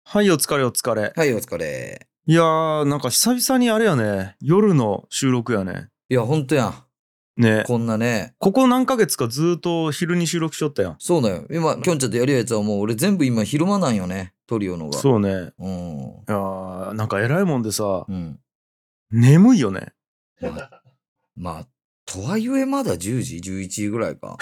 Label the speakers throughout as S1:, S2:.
S1: はいお疲れお疲れ。
S2: はい、お疲れ。
S1: いやーなんか久々にあれやね、夜の収録やね。
S2: いや、ほんとやん。
S1: ね。
S2: こんなね。
S1: ここ何ヶ月かずっと昼に収録しとったやん。
S2: そうだよ。今、きょんちゃんとやるやつはもう俺全部今昼間なんよね。トリオのが。
S1: そうね。
S2: うん。
S1: いやーなんか偉いもんでさ、
S2: うん。
S1: 眠いよね。
S2: まあ、とはいえまだ10時 ?11 時ぐらいか。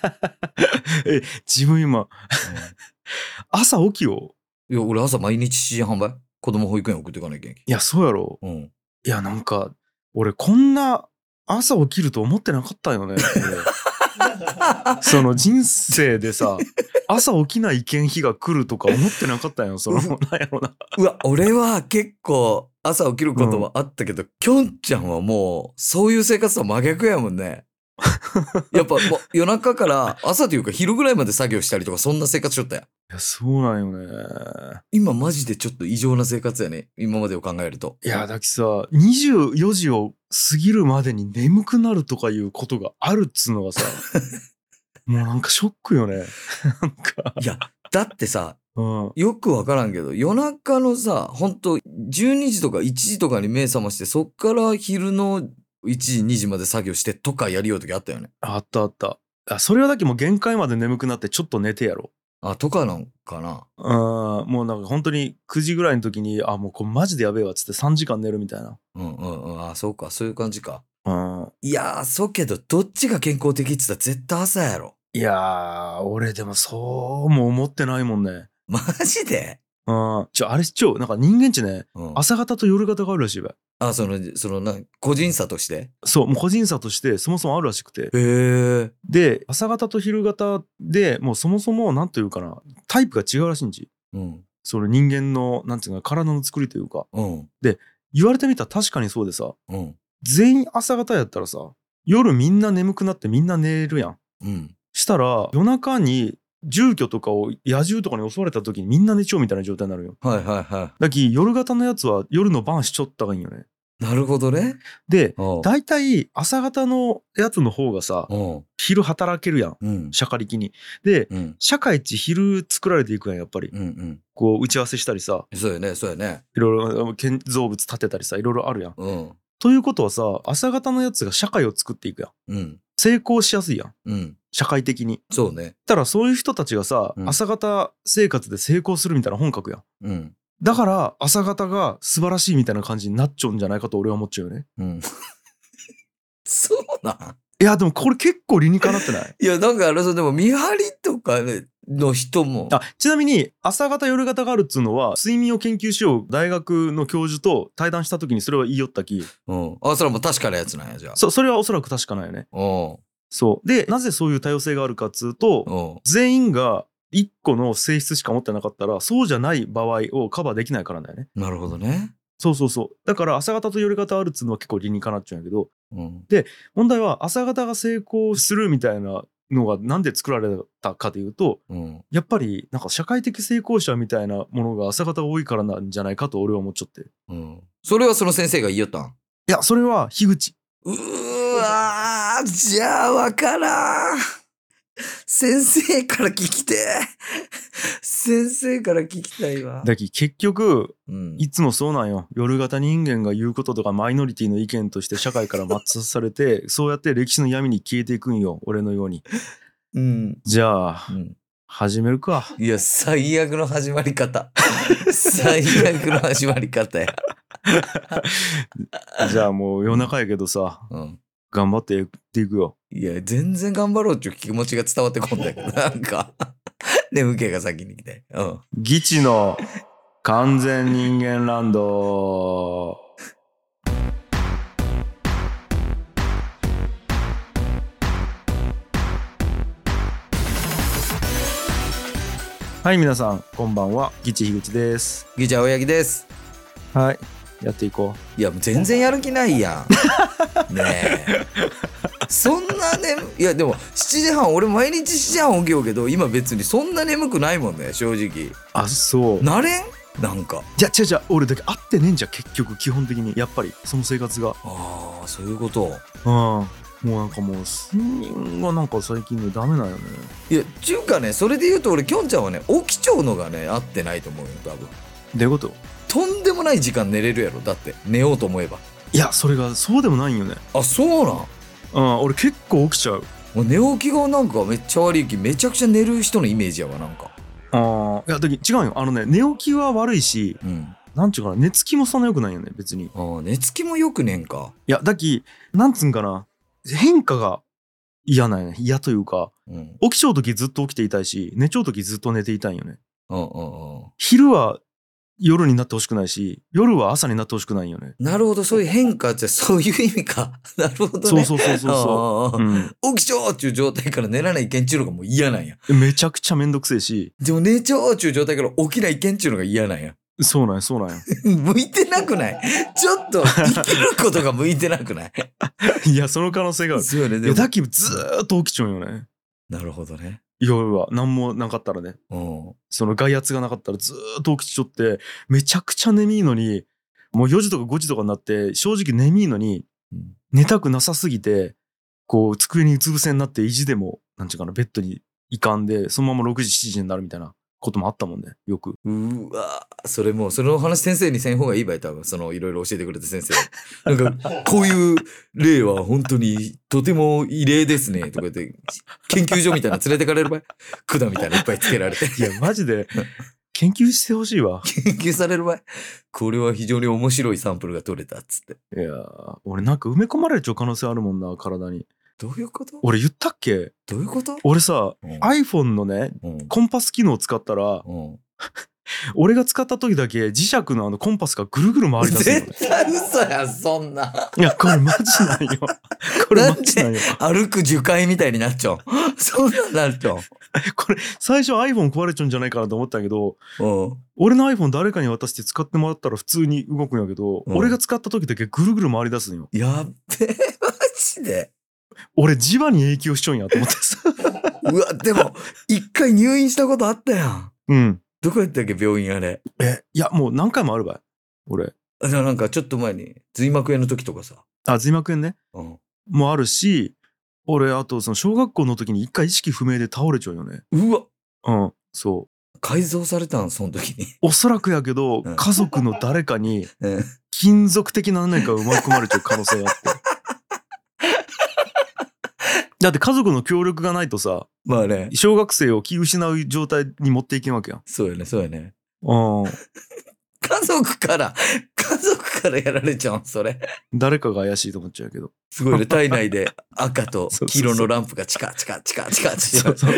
S1: 自分今、朝起きよ
S2: いや、俺朝毎日7時半ばい子供保育園送っていかなきゃいけ
S1: いや、そうやろ。
S2: ん。うん。
S1: いや、なんか、俺こんな朝起きると思ってなかったよね。その人生でさ、朝起きないけん日が来るとか思ってなかったよ。その、なんやろな。
S2: うわ、俺は結構朝起きることもあったけど、きょんちゃんはもう、そういう生活とは真逆やもんね。やっぱもう夜中から朝というか昼ぐらいまで作業したりとかそんな生活しとったやん。
S1: いや、そうなんよね。
S2: 今マジでちょっと異常な生活やね。今までを考えると。
S1: いや、だきさ、24時を過ぎるまでに眠くなるとかいうことがあるっつうのがさ、もうなんかショックよね。なんか。
S2: いや、だってさ、
S1: うん。
S2: よくわからんけど、夜中のさ、ほんと12時とか1時とかに目覚まして、そっから昼の1時、2時まで作業してとかやりようときあったよね。
S1: あったあった。あ、それはだけもう限界まで眠くなってちょっと寝てやろ。
S2: あ、とかなんかな。
S1: もうなんか本当に9時ぐらいの時に、あ、もうこれマジでやべえわっつって3時間寝るみたいな。
S2: うんうんうん。あ、そうか。そういう感じか。
S1: うん。
S2: いやー、そうけど、どっちが健康的って言ったら絶対朝やろ。
S1: いやー、俺でもそうも思ってないもんね。
S2: マジで？
S1: うん。あれなんか人間値ね、
S2: うん。
S1: 朝方と夜方があるらしいべ。
S2: あ、個人差として？
S1: そう、もう個人差としてそもそもあるらしくて。
S2: へえ。
S1: で、朝方と昼方でもうそもそもなんというかな、タイプが違うらしいんじ。
S2: うん。
S1: その人間の、なんていうか、体の作りというか。
S2: うん。
S1: 言われてみたら確かにそうでさ、
S2: うん。
S1: 全員朝方やったらさ、夜みんな眠くなってみんな寝るやん。
S2: うん。
S1: したら、夜中に住居とかを野獣とかに襲われた時にみんな寝ちゃうみたいな状態になるよ。
S2: はいはいは
S1: だき夜型のやつは夜の晩しちょったがいいんよね。
S2: い。なるほどね。
S1: で、
S2: おう
S1: だいたい朝方のやつの方がさ、
S2: おう。
S1: 昼働けるやん。
S2: うん。
S1: 社会的に。で、
S2: うん。
S1: 社会一昼作られていくやん、やっぱり。
S2: うんうん。
S1: こう、打ち合わせしたりさ、
S2: そうやね、そうやね。
S1: いろいろ建造物建てたりさ、いろいろあるやん。
S2: うん。
S1: ということはさ、朝方のやつが社会を作っていくやん。
S2: うん。
S1: 成功しやすいやん。
S2: うん。
S1: 社会的に。
S2: そうね。
S1: たらそういう人たちがさ、
S2: うん
S1: 朝方生活で成功するみたいな本書くやん。
S2: うん。
S1: だから朝方が素晴らしいみたいな感じになっちゃうんじゃないかと俺は思っちゃうよね。
S2: うん。そうなん？
S1: いやでもこれ結構理にかなってない？
S2: いや、なんかでも見張りとかね、の人も。
S1: あ、ちなみに朝方夜方があるっつうのは睡眠を研究しよう大学の教授と対談した時にそれは言いよったき。
S2: うん。あ、それはもう確かなやつなんや、じゃあ。
S1: それはおそらく確かなんよね。
S2: おう。
S1: そう。で、なぜそういう多様性があるかっつうと、
S2: おう。
S1: 全員が1個の性質しか持ってなかったらそうじゃない場合をカバーできないからだよね。
S2: なるほどね。
S1: そうそうそう。だから朝方と夜方あるっつうのは結構理にかなっちゃうんやけど、
S2: うん。
S1: 問題は朝方が成功するみたいなのがなんで作られたかというと、
S2: うん。
S1: やっぱりなんか社会的成功者みたいなものが朝方が多いからなんじゃないかと俺は思っちゃって。
S2: うん。それはその先生が言いよったん？
S1: いや、それは樋口。
S2: うーわー、じゃあわからん。先生から聞きて。先生から聞きたいわ。
S1: だき結局、
S2: うん。
S1: いつもそうなんよ。夜型人間が言うこととかマイノリティの意見として社会から抹殺されて、そうやって歴史の闇に消えていくんよ。俺のように。
S2: うん。
S1: じゃあ、
S2: うん。
S1: 始めるか。
S2: いや、最悪の始まり方。最悪の始まり方や。
S1: じゃあもう夜中やけどさ、
S2: うん。
S1: 頑張ってやっていくよ。
S2: いや、全然頑張ろうっていう気持ちが伝わってこんだけど、なんか、眠気が先に来て。うん。
S1: ギチの完全人間ランド。はい、皆さんこんばんは。ギチ樋口です。
S2: ギチ青柳です。
S1: はい、やっていこ
S2: いや、もう全然やる気ないやん。ねえ。そんなね、いやでも7時半、俺毎日7時半起きようけど、今別にそんな眠くないもんね、正直。
S1: う。あ、そう。
S2: なれん？なんか。
S1: じゃ俺だけ合ってねえんじゃ、結局基本的にやっぱりその生活が。
S2: ああ、そういうこと。
S1: うん。 もうなんかもう睡眠がなんか最近ねダメなんよね。
S2: いやちゅうかね、それで言うと俺きょんちゃんはね起きちゃうのがね合ってないと思うよ多分。
S1: どういうこと？
S2: とんでもない時間寝れるやろ、だって寝ようと思えば。
S1: いやそれがそうでもないんよね。
S2: あ、そうなん。
S1: 俺結構起きちゃう。
S2: もう寝起きがなんかめっちゃ悪いき、めちゃくちゃ寝る人のイメージやわ、なんか。
S1: いやだけど違うよ。寝起きは悪いし、なんちゅうかな、寝つきもそんな良くないよね別に。
S2: 寝つきもよくねんか。
S1: いやだきなんつうんかな、変化が嫌なんやね。嫌というか、起きちゃう時ずっと起きていたいし、寝ちゃう時ずっと寝ていたいんよね。昼は夜になってほしくないし、夜は朝になってほしくないんよね。
S2: なるほど、そういう変化ってそういう意味か。なるほどね。
S1: そう、
S2: 起きちゃうっていう状態から寝らないけんちゅうのがもう嫌なんや。
S1: めちゃくちゃめんどくせえし。
S2: でも寝ちゃうっていう状態から起きないけんちゅうのが嫌なんや。
S1: そうなんや。
S2: 向いてなくない？ちょっと生きることが向いてなくない？
S1: いや、その可能性がある。
S2: そうよね。
S1: いや、だきずーっと起きちゃうんよね。
S2: なるほどね。
S1: 夜は何もなかったらね。その外圧がなかったらずーっと起きちゃって、めちゃくちゃ眠いのに、もう4時とか5時とかになって、正直眠いのに、寝たくなさすぎて、こう、机にうつ伏せになって意地でも、なんちゅうかな、ベッドに行かんで、そのまま6時、7時になるみたいなこともあったもんね、よく。
S2: うわ、それもう、その話先生にせん方がいいばい、多分。その、いろいろ教えてくれた先生。なんか、こういう例は本当にとても異例ですね、とか言って、研究所みたいな連れてかれる場合、管みたいないっぱいつけられて。
S1: いや、マジで、研究してほしいわ。
S2: 研究される場合、これは非常に面白いサンプルが取れた、っつって。
S1: いや俺なんか埋め込まれちゃう可能性あるもんな、体に。
S2: どういうこと？
S1: 俺言ったっけ？
S2: どういうこと？
S1: 俺さ、iPhone のね、コンパス機能を使ったら、俺が使った時だけ磁石のコンパスがぐるぐる回り出すの、ね。
S2: 絶対嘘やん、そんな。
S1: いや、これマジなんよ。これマジなんよ。
S2: 歩く樹海みたいになっちゃう。そんなんなっちゃう。
S1: これ、最初 iPhone 壊れちゃうんじゃないかなと思ったんやけど、俺の iPhone 誰かに渡して使ってもらったら普通に動くんやけど、俺が使った時だけぐるぐる回り出すんよ。
S2: やっべえ、マジで。
S1: 俺磁場に影響しちゃうんやと思ってさ。
S2: うわ、でも、一回入院したことあったやん。どこやったっけ、病院あれ。
S1: いや、もう何回もあるばい。俺。
S2: なんかちょっと前に、髄膜炎の時とかさ。
S1: 髄膜炎ね。もあるし、俺、あと、その小学校の時に一回意識不明で倒れちゃうよね。
S2: うわ。
S1: そう。
S2: 改造されたん、その時に。
S1: おそらくやけど、家族の誰かに、金属的な何か埋め込まれちゃう可能性があって。だって家族の協力がないとさ、
S2: まあね、
S1: 小学生を気失う状態に持っていけんわけやん。
S2: そうやね。家族からやられちゃうん、それ。
S1: 誰かが怪しいと思っちゃうけど。
S2: すごいね、体内で赤と黄色のランプがチカチカチカチカってしてる。そう。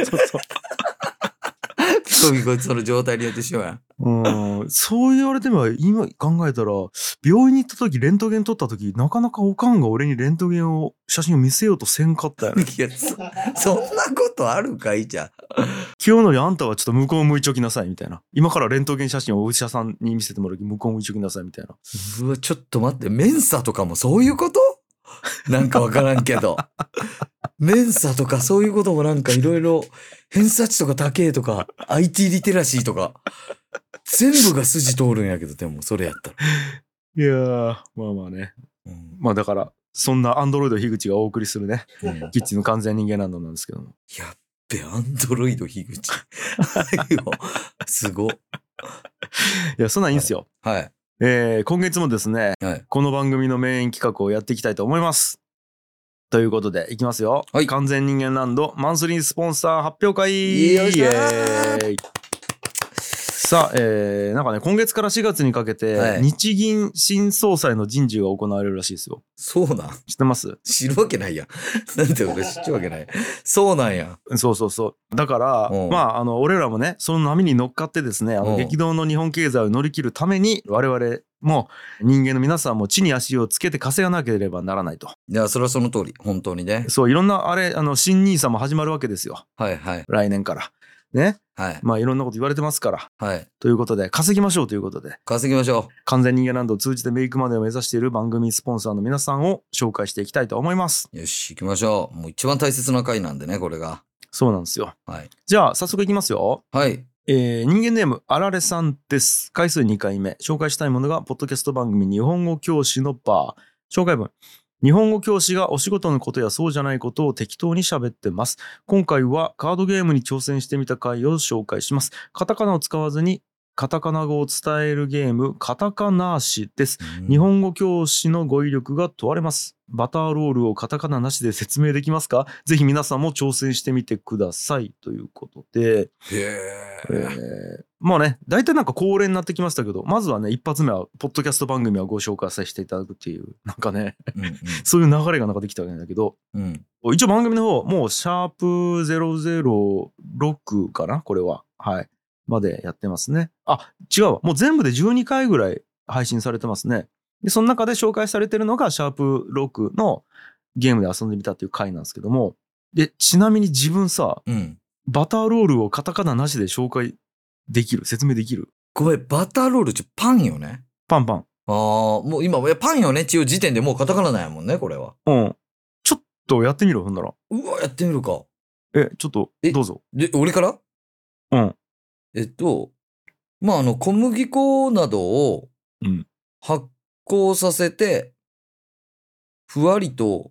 S2: その状態によってしまうやん。
S1: そう言われても今考えたら、病院に行った時レントゲン撮った時、なかなかおかんが俺にレントゲンを写真を見せようとせんかったよね。
S2: いや、そんなことあるかいじゃん。
S1: 今日のりあんたはちょっと向こう向いちょきなさいみたいな。今からレントゲン写真をお医者さんに見せてもらう時向こう向いちょきなさいみたいな。
S2: うわ、ちょっと待って、メンサとかもそういうこと？なんかわからんけど。メンサとかそういうこともなんかいろいろ偏差値とか高えとか IT リテラシーとか全部が筋通るんやけど、でもそれやったら。
S1: いやー、まあね。まあだからそんなアンドロイド樋口がお送りするね、キッチンの完全人間ランドなんですけども。
S2: やっべ、アンドロイド樋口。すご。い
S1: や、そんなんいいんすよ。
S2: はい。
S1: 今月もですね、この番組のメイン企画をやっていきたいと思います。ということでいきますよ、完全人間ランドマンスリースポンサー発表会。イエーイ。さあ、なんかね、今月から4月にかけて、日銀新総裁の人事が行われるらしいですよ。
S2: そうなん？
S1: 知ってます？
S2: 知るわけないやん。なんで俺知っちゃうわけない。そうなんや。
S1: そう。だから、まあ、俺らもね、その波に乗っかってですね、激動の日本経済を乗り切るために、我々も人間の皆さんも地に足をつけて稼がなければならないと。
S2: いや、それはその通り。本当にね。
S1: そう、いろんな、新NISAも始まるわけですよ。来年から。ね。まあいろんなこと言われてますから。ということで稼ぎましょうということで。
S2: 稼ぎましょう。
S1: 完全人間ランドを通じてメイクマネーを目指している番組スポンサーの皆さんを紹介していきたいと思います。
S2: よし、行きましょう。もう一番大切な回なんでね、これが。
S1: そうなんですよ。じゃあ早速いきますよ。人間ネームあられさんです。回数2回目。紹介したいものがポッドキャスト番組日本語教師のバー。紹介文。 日本語教師がお仕事のことやそうじゃないことを適当に喋ってます。今回はカードゲームに挑戦してみた回を紹介します。カタカナを使わずにカタカナ語を伝えるゲーム、カタカナーシです。日本語教師の語彙力が問われます。バターロールをカタカナなしで説明できますか？ぜひ皆さんも挑戦してみてください。ということで。まあね、大体なんか恒例になってきましたけど、まずはね、一発目は、ポッドキャスト番組をご紹介させていただくっていう、なんかね、そういう流れがなんかできたわけなんだけど、一応番組の方、もうシャープ006かなこれは。はい。までやってますね。あ、違うわ。もう全部で12回ぐらい配信されてますね。で、その中で紹介されてるのが、シャープ6のゲームで遊んでみたっていう回なんですけども、で、ちなみに自分さ、バターロールをカタカナなしで紹介できる？説明できる？
S2: ごめん、バターロールパンよね。
S1: パンパン。
S2: ああ、もう今、パンよね。一応時点でもうカタカナなんやもんね、これは。
S1: うん。ちょっとやってみろ、ほんなら。
S2: うわ、やってみるか。
S1: ちょっと、どうぞ。
S2: で、俺から？
S1: うん。
S2: まあ、小麦粉などを発酵させて、ふわりと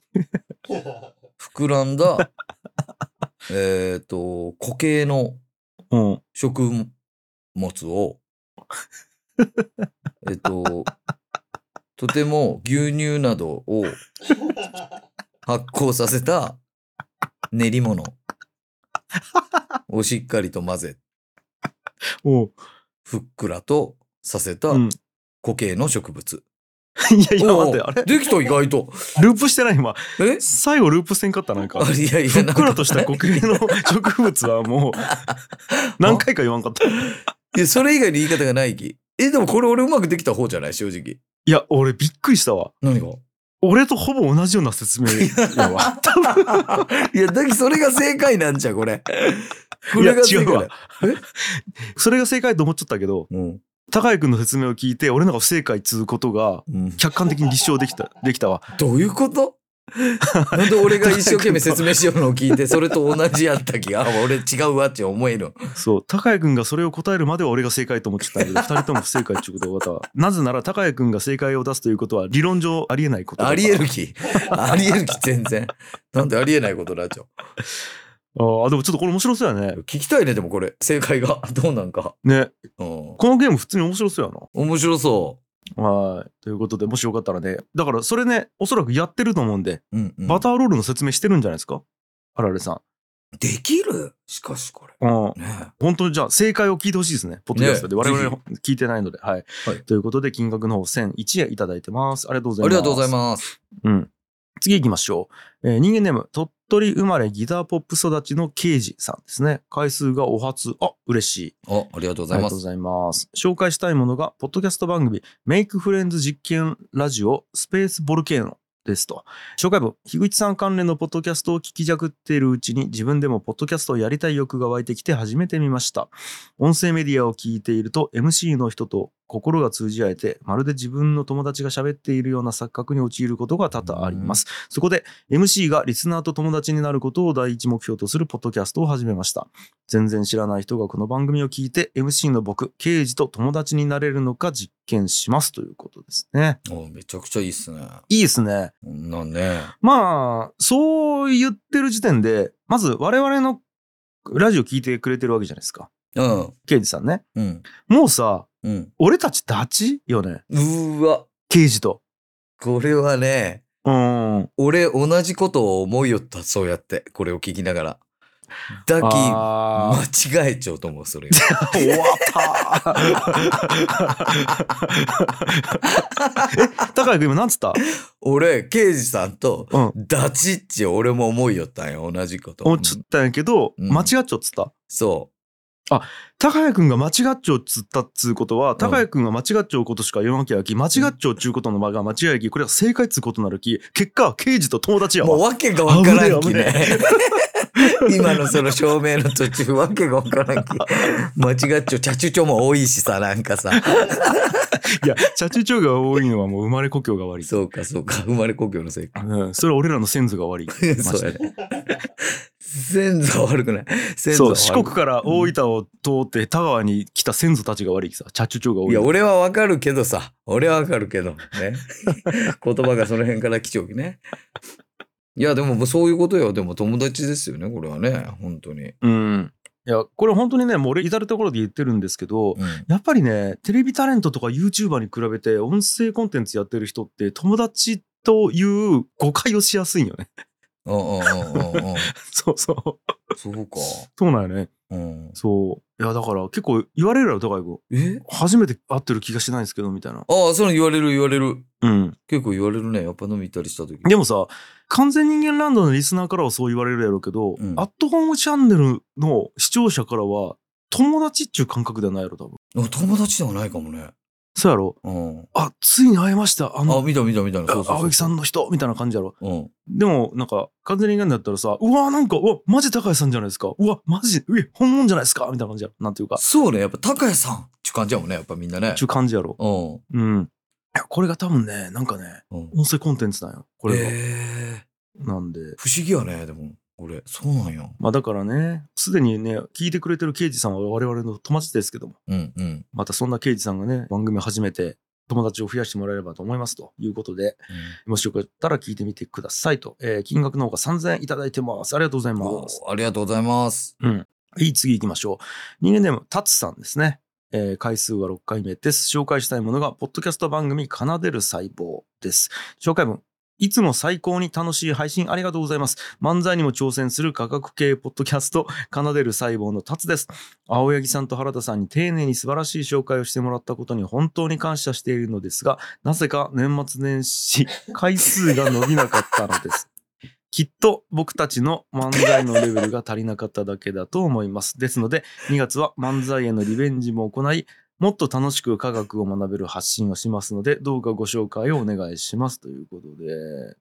S2: 膨らんだ、固形の食物を、とても牛乳などを発酵させた練り物をしっかりと混ぜ、ふっくらとさせた固形の植物。
S1: いや、待って、あれ
S2: できた、意外と。
S1: ループしてない今。最後ループせんかった、なんか。
S2: いやいや、
S1: ふっくらとした固形の植物はもう、何回か言わんかった。
S2: いや、それ以外に言い方がないき。でもこれ俺うまくできた方じゃない？正直。
S1: いや、俺びっくりしたわ。
S2: 何が？
S1: 俺とほぼ同じような説明やわ。
S2: いや、だけどそれが正解なんじゃ、これ。
S1: いや、違うわ。それが正解と思っちゃったけど、高井くんの説明を聞いて、俺のが不正解っつうことが、客観的に立証できたわ。
S2: どういうこと？なんで俺が一生懸命説明しようのを聞いて、それと同じやった気が、俺違うわって思える。
S1: そう、高井くんがそれを答えるまでは俺が正解と思っちゃったけど、二人とも不正解っていうことが分かったわ。なぜなら高井くんが正解を出すということは、理論上ありえないことだった。
S2: ありえる気全然。なんでありえないことだっちゃう。
S1: でもちょっとこれ面白そうやね。
S2: 聞きたいね、でもこれ。正解が。どうなんか。
S1: ね。このゲーム普通に面白そうやな。
S2: 面白そう。
S1: はい。ということで、もしよかったらね。だからそれね、おそらくやってると思うんで、バターロールの説明してるんじゃないですか？あられさん。
S2: できる？しかしこれ。
S1: 本当にじゃあ正解を聞いてほしいですね。ポッドキャストで。我々聞いてないので。はい。ということで、金額の方1001円いただいてます。ありがとうございます。
S2: ありがとうございます。
S1: 次行きましょう。人間ネーム、鳥取生まれギターポップ育ちの刑事さんですね。回数がお初。嬉しい。
S2: ありがとうございます。
S1: ありがとうございます。紹介したいものが、ポッドキャスト番組、メイクフレンズ実験ラジオ、スペースボルケーノですと。紹介文、樋口さん関連のポッドキャストを聞きじゃくっているうちに、自分でもポッドキャストをやりたい欲が湧いてきて始めてみました。音声メディアを聞いていると、MC の人と心が通じ合えて、まるで自分の友達が喋っているような錯覚に陥ることが多々あります。そこで MC がリスナーと友達になることを第一目標とするポッドキャストを始めました。全然知らない人がこの番組を聞いて MC の僕、刑事と友達になれるのか実験しますということですね。
S2: めちゃくちゃいいっすね。
S1: いいっすね。
S2: なんね。
S1: まあ、そう言ってる時点で、まず我々のラジオ聞いてくれてるわけじゃないですか。刑事さんね。もうさ、俺たちダチよね。
S2: うわ。
S1: 刑事と。
S2: これはね、俺同じことを思いよった、そうやって、これを聞きながら。だき、間違えちゃうと思う、それ。
S1: 終わった高井君今なんつった？
S2: 俺、刑事さんと、ダチっち俺も思いよったんよ、同じこと。
S1: 思っちゃったんやけど、間違っちゃうっつった？
S2: そう。
S1: 高谷くんが間違っちゃうっつったっつうことは、高谷くんが間違っちゃうことしか言わんけやき、間違っちゃうっちゅうことの場が間違いやき、これは正解っつうことになるき、結果、刑事と友達やわ。
S2: もうわけがわからんきね。今のその証明の途中、わけがわからんき。間違っちゃう、チャチュチョも多いしさ、なんかさ。
S1: いや、チャチュチョが多いのはもう生まれ故郷が悪い。
S2: そうか、生まれ故郷のせいか。
S1: それは俺らの先祖が悪い。
S2: そうやね。 先祖は悪くない。先祖
S1: そう、
S2: は悪く
S1: 四国から大分を通って田川に来た先祖たちが悪いさ、チャチュチョが多い。
S2: いや、俺はわかるけどさ。俺はわかるけど。ね。言葉がその辺から来ちゃうね。いや、でもそういうことよ。でも友達ですよね、これはね。本当に。
S1: うん。いや、これ本当にね、もう俺至るところで言ってるんですけど、やっぱりね、テレビタレントとか YouTuber に比べて音声コンテンツやってる人って友達という誤解をしやすいんよね。そうそう。
S2: そうか。
S1: そうなんよね。そう。いや、だから結構言われるよ、高井君。初めて会ってる気がしないんですけど、みたいな。
S2: ああ、そう言われる。
S1: うん。
S2: 結構言われるね。やっぱ飲み行ったりした時。
S1: でもさ、完全人間ランドのリスナーからはそう言われるやろうけど、アットホームチャンネルの視聴者からは友達っちゅう感覚ではないやろ、多分。
S2: 友達ではないかもね。
S1: そうやろ。あ、ついに会えました。
S2: 見た。
S1: 青木さんの人みたいな感じやろ。でも、なんか、完全人間だったらさ、うわ、なんか、マジ高谷さんじゃないですか。うわ、マジ、本物じゃないですかみたいな感じやろ。なんていうか。
S2: そうね。やっぱ高谷さんっていう感じやもんね。やっぱみんなね。
S1: ちゅう感じやろ。うん。いや、これが多分ね、なんかね、音声コンテンツなんよ。これが。なんで。
S2: 不思議やね、でも。俺、そうなんよ。
S1: まあだからね、すでにね、聞いてくれてる刑事さんは我々の友達ですけども。またそんな刑事さんがね、番組を始めて、友達を増やしてもらえればと思いますということで、もしよかったら聞いてみてくださいと。金額の方が3000円いただいてます。ありがとうございます。
S2: ありがとうございます。
S1: 次行きましょう。人間ネーム、タツさんですね。回数は6回目です。紹介したいものが、ポッドキャスト番組、奏でる細胞です。紹介文。いつも最高に楽しい配信ありがとうございます。漫才にも挑戦する科学系ポッドキャスト、奏でる細胞のタツです。青柳さんと原田さんに丁寧に素晴らしい紹介をしてもらったことに本当に感謝しているのですが、なぜか年末年始、回数が伸びなかったのです。きっと僕たちの漫才のレベルが足りなかっただけだと思います。ですので、2月は漫才へのリベンジも行い、もっと楽しく科学を学べる発信をしますので、どうかご紹介をお願いしますということで。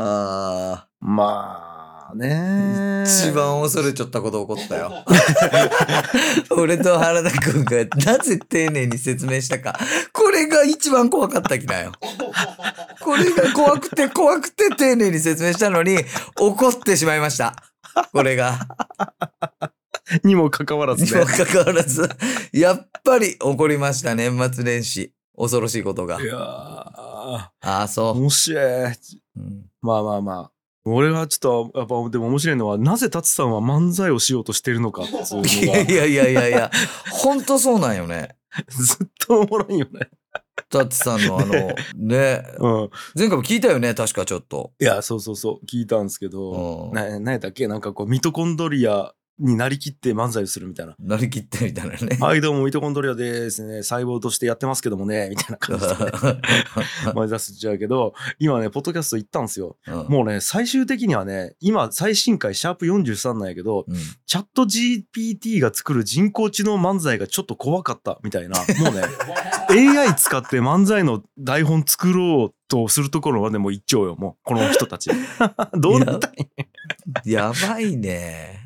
S1: まあね。
S2: 一番恐れちゃったこと起こったよ。俺と原田くんがなぜ丁寧に説明したか。これが一番怖かったきだよ。これが怖くて丁寧に説明したのに怒ってしまいました。これが。
S1: にもかかわらずね。
S2: やっぱり起こりました、年末年始。恐ろしいことが。
S1: いや
S2: ー。そう。
S1: 面白い。まあ。俺はちょっと、やっぱでも面白いのは、なぜタツさんは漫才をしようとしてるのかっていうのが。
S2: いや。ほんとそうなんよね。
S1: ずっとおもろいよね。
S2: タツさんのね、前回も聞いたよね、確かちょっと。
S1: いや、そう。聞いたんですけど、何やったっけ、なんかこう、ミトコンドリアになりきって漫才をするみたいな。
S2: なりきってみたいなね。
S1: はい、どうも、ミトコンドリアですね。細胞としてやってますけどもね、みたいな感じで、ね。前出すっちゃうけど、今ね、ポッドキャスト行ったんですよ。もうね、最終的にはね、今、最新回、シャープ43なんやけど、チャット GPT が作る人工知能漫才がちょっと怖かったみたいな、もうね、AI 使って漫才の台本作ろうとするところまでも行っちゃうよ、もう、この人たち。どうなったん
S2: やばいね。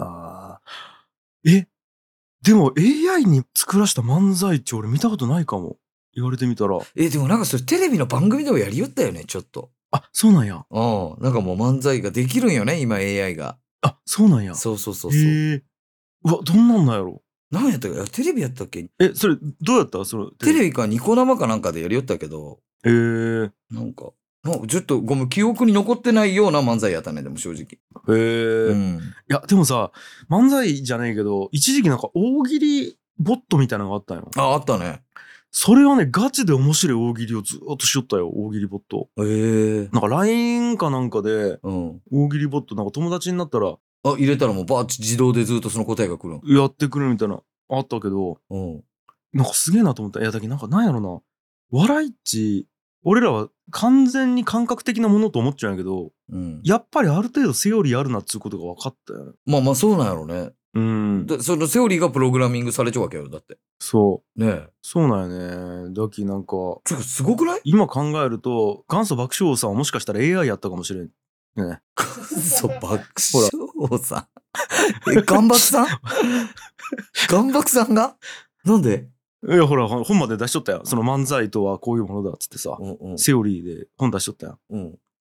S1: でも AI に作らした漫才って俺見たことないかも。言われてみたら。
S2: でもなんかそれテレビの番組でもやりよったよね、ちょっと。
S1: あ、そうなんや。
S2: なんかもう漫才ができるんよね、今 AI が。
S1: あ、そうなんや。
S2: そう。
S1: うわ、どんなんなんやろ。
S2: 何やったか、テレビやったっけ？
S1: それ、どうやった
S2: テレビかニコ生かなんかでやりよったけど。なんか、ちょっとごめん、記憶に残ってないような漫才やったね、でも正直。
S1: いや、でもさ、漫才じゃないけど、一時期なんか大喜利ボットみたいなのがあったんよ。
S2: あったね。
S1: それはね、ガチで面白い大喜利をずっとしよったよ、大喜利ボット。なんか LINE かなんかで、大喜利ボット、なんか友達になったら、
S2: 入れたらもうバーッチ自動でずっとその答えが来る。
S1: やってくるみたいな、あったけど、なんかすげえなと思った。いや、だけどなんかなんやろな、笑いっち、俺らは完全に感覚的なものと思っちゃうんやけど、やっぱりある程度セオリーあるなっつうことが分かったよね。
S2: まあそうなんやろね。そのセオリーがプログラミングされちゃうわけよ、だって。
S1: そう
S2: ね。
S1: そうなんよね。だきなんか
S2: すごくない？
S1: 今考えると元祖爆笑王さんはもしかしたら AI やったかもしれんね。
S2: 元祖爆笑王さん。ガンバクさん？ガンバクさんが？なんで？
S1: いやほら本まで出しとったやん。その漫才とはこういうものだっつってさ、セオリーで本出しとったやん。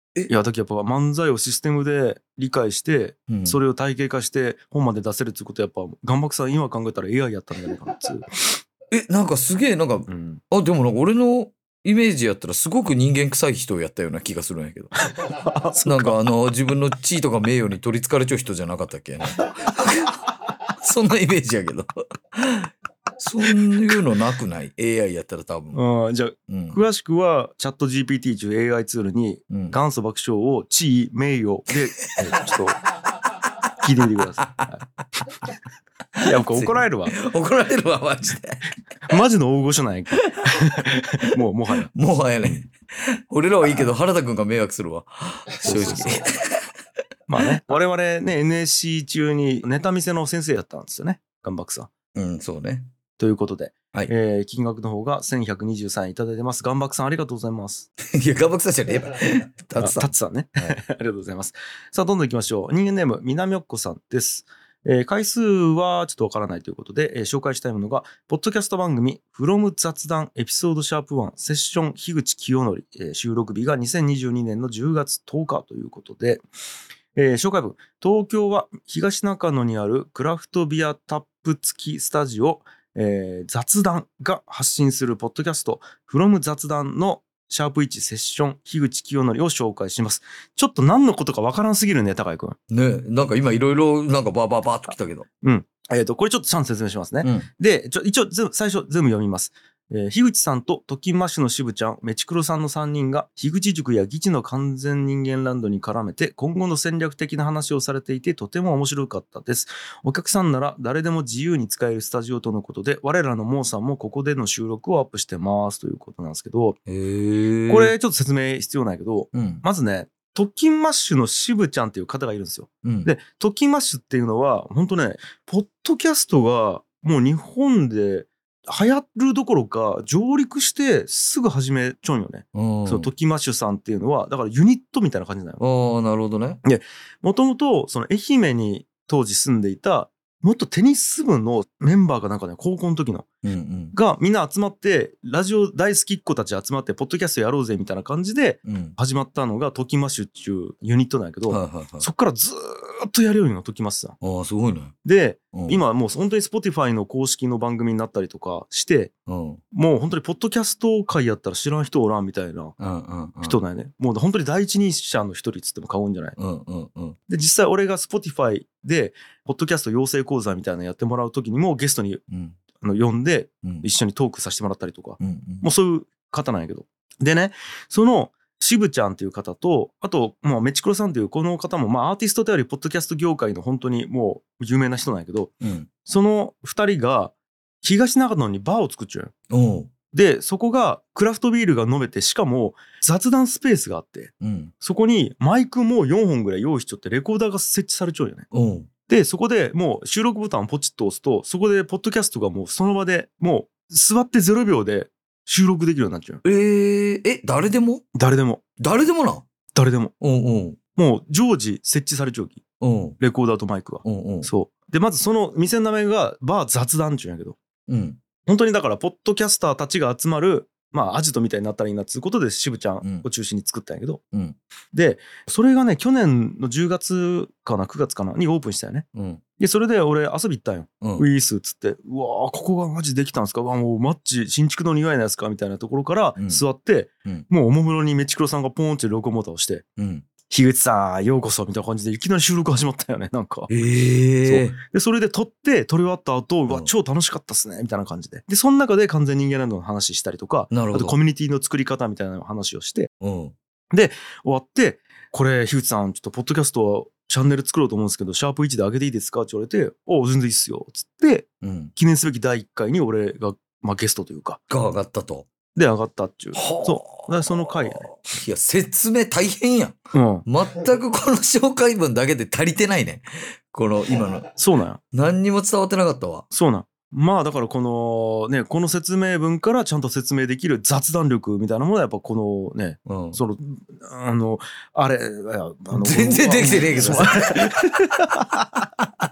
S1: いやだけどやっぱ漫才をシステムで理解して、それを体系化して本まで出せるっていうことはやっぱ岩爆さん今考えたら AI やったんじゃないかなっつう。
S2: なんかすげえなんか、でもなんか俺のイメージやったらすごく人間臭い人をやったような気がするんやけど。なんか自分の地位とか名誉に取りつかれちゃう人じゃなかったっけそんなイメージやけど。そういうのなくない ?AI やったら多分。
S1: じゃあ、詳しくはチャット GPT という AI ツールに元祖爆笑を地位、名誉で、ちょっと聞いてみてください。いや、怒られるわ。
S2: 怒られるわ、マジで。
S1: マジの大御所なんやんか。もはや。
S2: もはやね。俺らはいいけど原田くんが迷惑するわ。正直。
S1: まあね、我々ね、NSC 中にネタ見せの先生やったんですよね。岩爆さん。
S2: そうね。
S1: ということで、
S2: はい、
S1: 金額の方が1123円いただいてます。岩爆さんありがとうございます。
S2: いや、岩爆さんじゃねえば。タツ
S1: さんね、はい。ありがとうございます。さあ、どんどん行きましょう。人間ネーム、南おっこさんです。回数はちょっとわからないということで、紹介したいものが、ポッドキャスト番組、From 雑談エピソード#1セッション樋口清則、収録日が2022年の10月10日ということで、紹介文、東京は東中野にあるクラフトビアタップ付きスタジオ、雑談が発信するポッドキャスト From 雑談の#1セッション樋口清則を紹介します。ちょっと何のことかわからんすぎるね、高井くん。
S2: ね、なんか今いろいろなんかバーっときたけど。
S1: これちょっとちゃんと説明しますね。で、一応最初全部読みます。樋口さんとトキンマッシュの渋ちゃん、メチクロさんの3人が樋口塾や議事の完全人間ランドに絡めて今後の戦略的な話をされていてとても面白かったです。お客さんなら誰でも自由に使えるスタジオとのことで、我らのモーさんもここでの収録をアップしてますということなんですけど、これちょっと説明必要ないけど、まずね、トキンマッシュの渋ちゃんっていう方がいるんですよ。で、トキンマッシュっていうのは本当ね、ポッドキャストがもう日本で流行るどころか上陸してすぐ始めちゃうんよね。そのトキマッシュさんっていうのはだからユニットみたいな感じだよ。
S2: なるほどね。
S1: で、もともとその愛媛に当時住んでいた元テニス部のメンバーがなんかね、高校の時の、がみんな集まってラジオ大好きっ子たち集まってポッドキャストやろうぜみたいな感じで始まったのがトキマッシュっていうユニットなんやけど、そっからずーっとやるようになトキマッシュさん。
S2: すごいね。
S1: で、今もう本当に Spotify の公式の番組になったりとかして、もう本当にポッドキャスト界やったら知らん人おらんみたいな人だよね。もう本当に第一人者の一人っつっても過言じゃない。で、実際俺が Spotify でポッドキャスト養成講座みたいなのやってもらう時にもゲストに、呼んで一緒にトークさせてもらったりとか、もうそういう方なんやけど。でね、その渋ちゃんっていう方と、あと、もうメチクロさんっていうこの方も、まあアーティストであり、ポッドキャスト業界の本当にもう有名な人なんやけど、その二人が東長野にバーを作っちゃうよ。で、そこがクラフトビールが飲めて、しかも雑談スペースがあって、そこにマイクも4本ぐらい用意しちゃってレコーダーが設置されちゃうよね。で、そこでもう収録ボタンをポチッと押すと、そこでポッドキャストがもうその場でもう座って0秒で収録できるようになっちゃう。
S2: 誰でもな。
S1: 誰でも。もう常時設置されちゃうき。レコーダーとマイクが。そう。で、まずその店の名前がバー雑談って言うんやけど。本当にだからポッドキャスターたちが集まる、まあアジトみたいになったらいいなっていうことで渋ちゃんを中心に作ったんやけど。で、それがね、去年の10月かな、9月かなにオープンしたよね。で、それで俺遊び行ったんよ。ウィースっつって、うわー、ここがマジできたんすか、うわもうマッチ新築の庭やないですかみたいなところから座って、もうおもむろにメチクロさんがポーンって録音ボタンを押して、樋口さんようこそみたいな感じでいきなり収録始まったよね、なんか。そうで、それで撮り終わった後、うわ超楽しかったっすねみたいな感じで。で、その中で完全人間ランドの話したりとか、あとコミュニティの作り方みたいな話をして、で終わって、これ樋口さんちょっとポッドキャストチャンネル作ろうと思うんですけど、#1で上げていいですかって言われて、全然いいっすよっつって、記念すべき第1回に俺が、まあ、ゲストというか
S2: が上がったと。
S1: で上がったっちゅう。そう。その回やね。
S2: いや、説明大変やん。全くこの紹介文だけで足りてないね。この今の。そうなんや。何にも伝わってなかったわ。そうなん。まあだからこのね、この説明文からちゃんと説明できる雑談力みたいなものはやっぱこのね、そのあれ全然できてねえけどさ。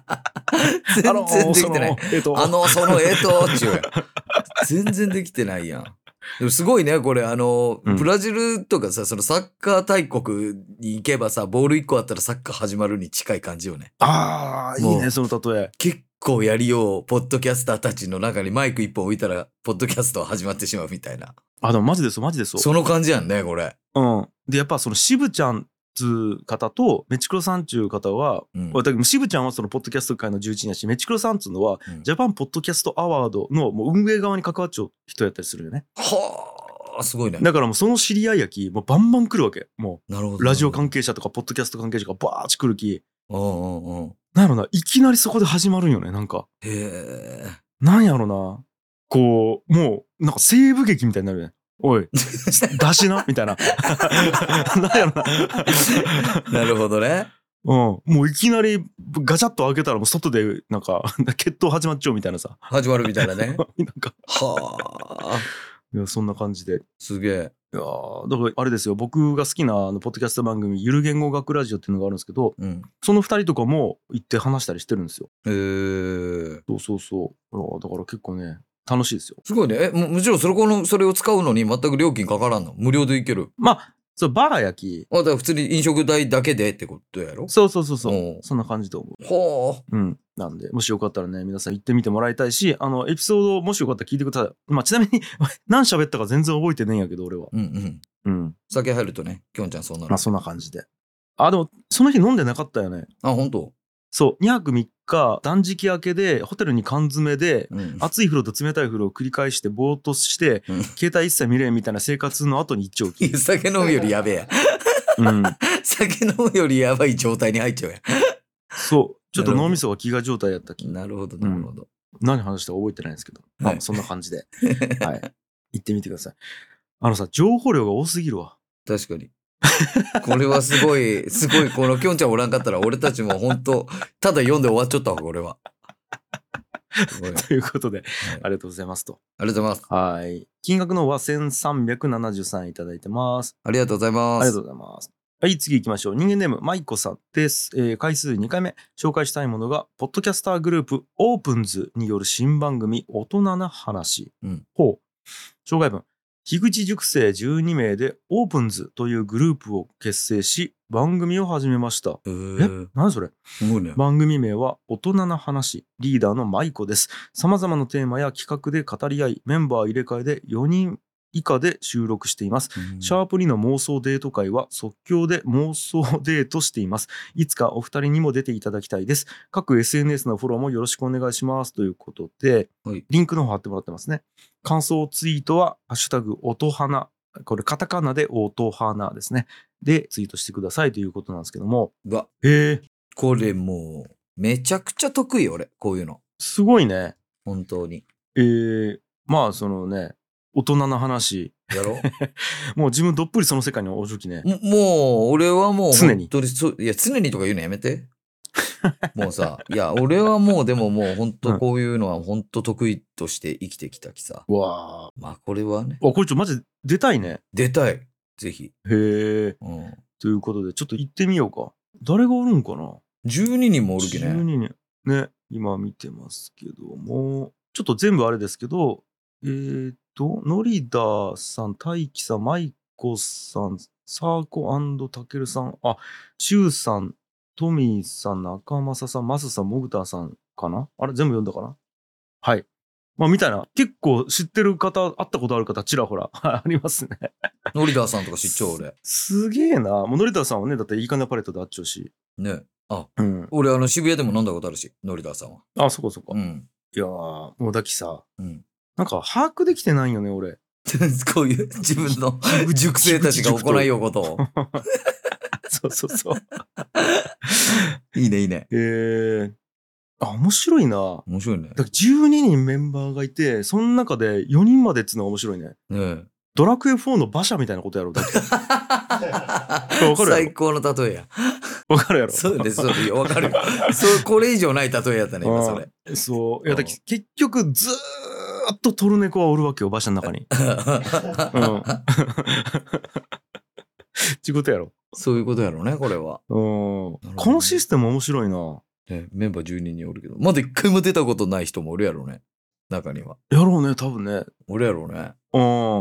S2: 全然できてない。そのちゅうや。全然できてないやん。 でもすごいね、これ
S1: うん
S2: ブラジルとかさ、そのサッカー大国に行けばさ、ボール1個あったらサッカー始まるに近い感じよね。
S1: ああ、いい
S2: もう
S1: ね、その例え。
S2: 結構やりよう、ポッドキャスターたちの中にマイク1本置いたら、ポッドキャストは始まってしまうみたいな。
S1: あ、でもマジでそう、マジでそう。
S2: その感じやんね、これ。
S1: うん。で、やっぱその渋ちゃんつう方とメチクロさんちゅう方は、
S2: うん
S1: だから渋ちゃんはそのポッドキャスト界の重鎮やし、メチクロさんつうのは、
S2: うん
S1: ジャパンポッドキャストアワードのもう運営側に関わっちゃう人やったりするよね。
S2: はあ、すごいね。
S1: だからもうその知り合いやき、もうバンバン来るわけ。も
S2: なるほど。
S1: うラジオ関係者とかポッドキャスト関係者がバーッチ来るき、
S2: うんうんうん。
S1: なんやろな、いきなりそこで始まるんよね、なんか。
S2: へえ。
S1: なんやろな、こう、もう、なんか西部劇みたいになるね。おい、出しなみたいな。なんやろな。
S2: なるほどね。
S1: うん、もういきなりガチャッと開けたらもう外でなんか決闘始まっちゃうみたいなさ。
S2: 始まるみたいなね。
S1: なんか、
S2: はあ。
S1: いや、そんな感じで。
S2: すげえ。
S1: いやだからあれですよ、僕が好きなポッドキャスト番組、ゆる言語学ラジオっていうのがあるんですけど、
S2: うん。
S1: その2人とかも行って話したりしてるんですよ。
S2: へえ。
S1: そうそうそう。だから結構ね、楽しいですよ。
S2: すごいね。もちろんそれを使うのに全く料金かからんの？無料で行ける？
S1: まあ、そう、バー焼き。
S2: だから普通に飲食代だけでってことやろ？
S1: そうそうそうそう
S2: うん。
S1: そんな感じと思う。
S2: はあ。
S1: うん。なんで、もしよかったらね、皆さん行ってみてもらいたいし、エピソードもしよかったら聞いてください。まあ、ちなみに、何喋ったか全然覚えてないんやけど、俺は。
S2: うんうん。
S1: うん。
S2: 酒入るとね、きょんちゃんそうなる。
S1: まあ、そんな感じで。あ、でも、その日飲んでなかったよね。
S2: あ、本当？
S1: そう、2泊3日、断食明けで、ホテルに缶詰で、
S2: うん。
S1: 熱い風呂と冷たい風呂を繰り返して、ぼーっとして、
S2: うん
S1: 携帯一切見れんみたいな生活の後に行っちゃうき。
S2: 酒飲むよりやべえや。
S1: うん。
S2: 酒飲むよりやばい状態に入っちゃうや
S1: そう。ちょっと脳みそが飢餓状態やったき。
S2: ん。なるほど、なるほど。
S1: 何話したか覚えてないんですけど。まあ、そんな感じで。はい。行ってみてください。さ、情報量が多すぎるわ。
S2: 確かに。これはすごい、このきょんちゃんおらんかったら俺たちも本当ただ読んで終わっちゃったわ、これは。すごい。
S1: ということで、
S2: はい
S1: ありがとうございますと。
S2: ありがとうございます。
S1: はい。金額の方は1373円いただいてます。
S2: ありがとうございます。
S1: ありがとうございます。はい、次行きましょう。人間ネーム、マイコさんです。回数2回目。紹介したいものが、ポッドキャスターグループ、オープンズによる新番組、大人な話。ほう。紹介文。樋口塾生12名で、オープンズというグループを結成し、番組を始めました。何それ？
S2: すごいね。
S1: 番組名は大人な話。リーダーのマイコです。様々なテーマや企画で語り合い、メンバー入れ替えで4人以下で収録しています。シャープ2の妄想デート会は即興で妄想デートしています。いつかお二人にも出ていただきたいです。各 SNS のフォローもよろしくお願いします。ということで、
S2: はい、
S1: リンクの方貼ってもらってますね。感想ツイートは、ハッシュタグ音花。これカタカナで音花ですね。で、ツイートしてくださいということなんですけども。
S2: これもう、めちゃくちゃ得意俺、こういうの。
S1: すごいね。
S2: 本当に。
S1: まあ、そのね、大人な話。
S2: やろ
S1: もう自分どっぷりその世界におるきね。
S2: もう、俺はもう、
S1: 常に。
S2: いや、常にとか言うのやめて。もうさ、いや、俺はもう、でももう、本当こういうのは本当得意として生きてきたきさ。
S1: わあ。
S2: まあ、これはね。
S1: これマジで出たいね。
S2: 出たい。ぜひ。
S1: へえ。ということで、ちょっと行ってみようか。誰がおるんかな
S2: ?12 人もおるきね。
S1: 12人。ね、今見てますけども、ちょっと全部あれですけど、ノリダーさん、大輝さん、マイコさん、サーコ&タケルさん、シュウさん、トミーさん、中正さん、マスさん、モグターさんかなあれ全部読んだかなはい。まあ、みたいな。結構知ってる方、会ったことある方、ちらほらありますね。
S2: ノリダーさんとか知っちゃう俺。
S1: すげえな。もうノリダーさんはね、だっていいかなパレットで会っちゃうし。
S2: ね。
S1: 俺
S2: 渋谷でも飲んだことあるし、ノリダーさんは。
S1: そこそこ。
S2: うん。
S1: いやー、もうだきさ、
S2: うん
S1: なんか把握できてないよね、俺。
S2: こういう自分の塾生たちが行いようことを。
S1: そうそうそう。
S2: いいね、いいね。
S1: 面白いな。
S2: 面白いね。
S1: だから12人メンバーがいて、その中で4人までっつうのが面白いね。ドラクエ4の馬車みたいなことやろう。だってわかるやろ。
S2: 最高の例えや。
S1: わかるやろ。
S2: そうです、そうです。わかるよ。これ以上ない例えやったね、今それ。
S1: そう。いや、結局ずーっとトルネコはおるわけよ、馬車の中に。ちゅうことやろ。
S2: そういうことやろうね、これは。
S1: このシステム面白いな。
S2: メンバー12人おるけど、まだ一回も出たことない人もおるやろうね。中には。
S1: やろうね、多分ね。
S2: おるやろうね。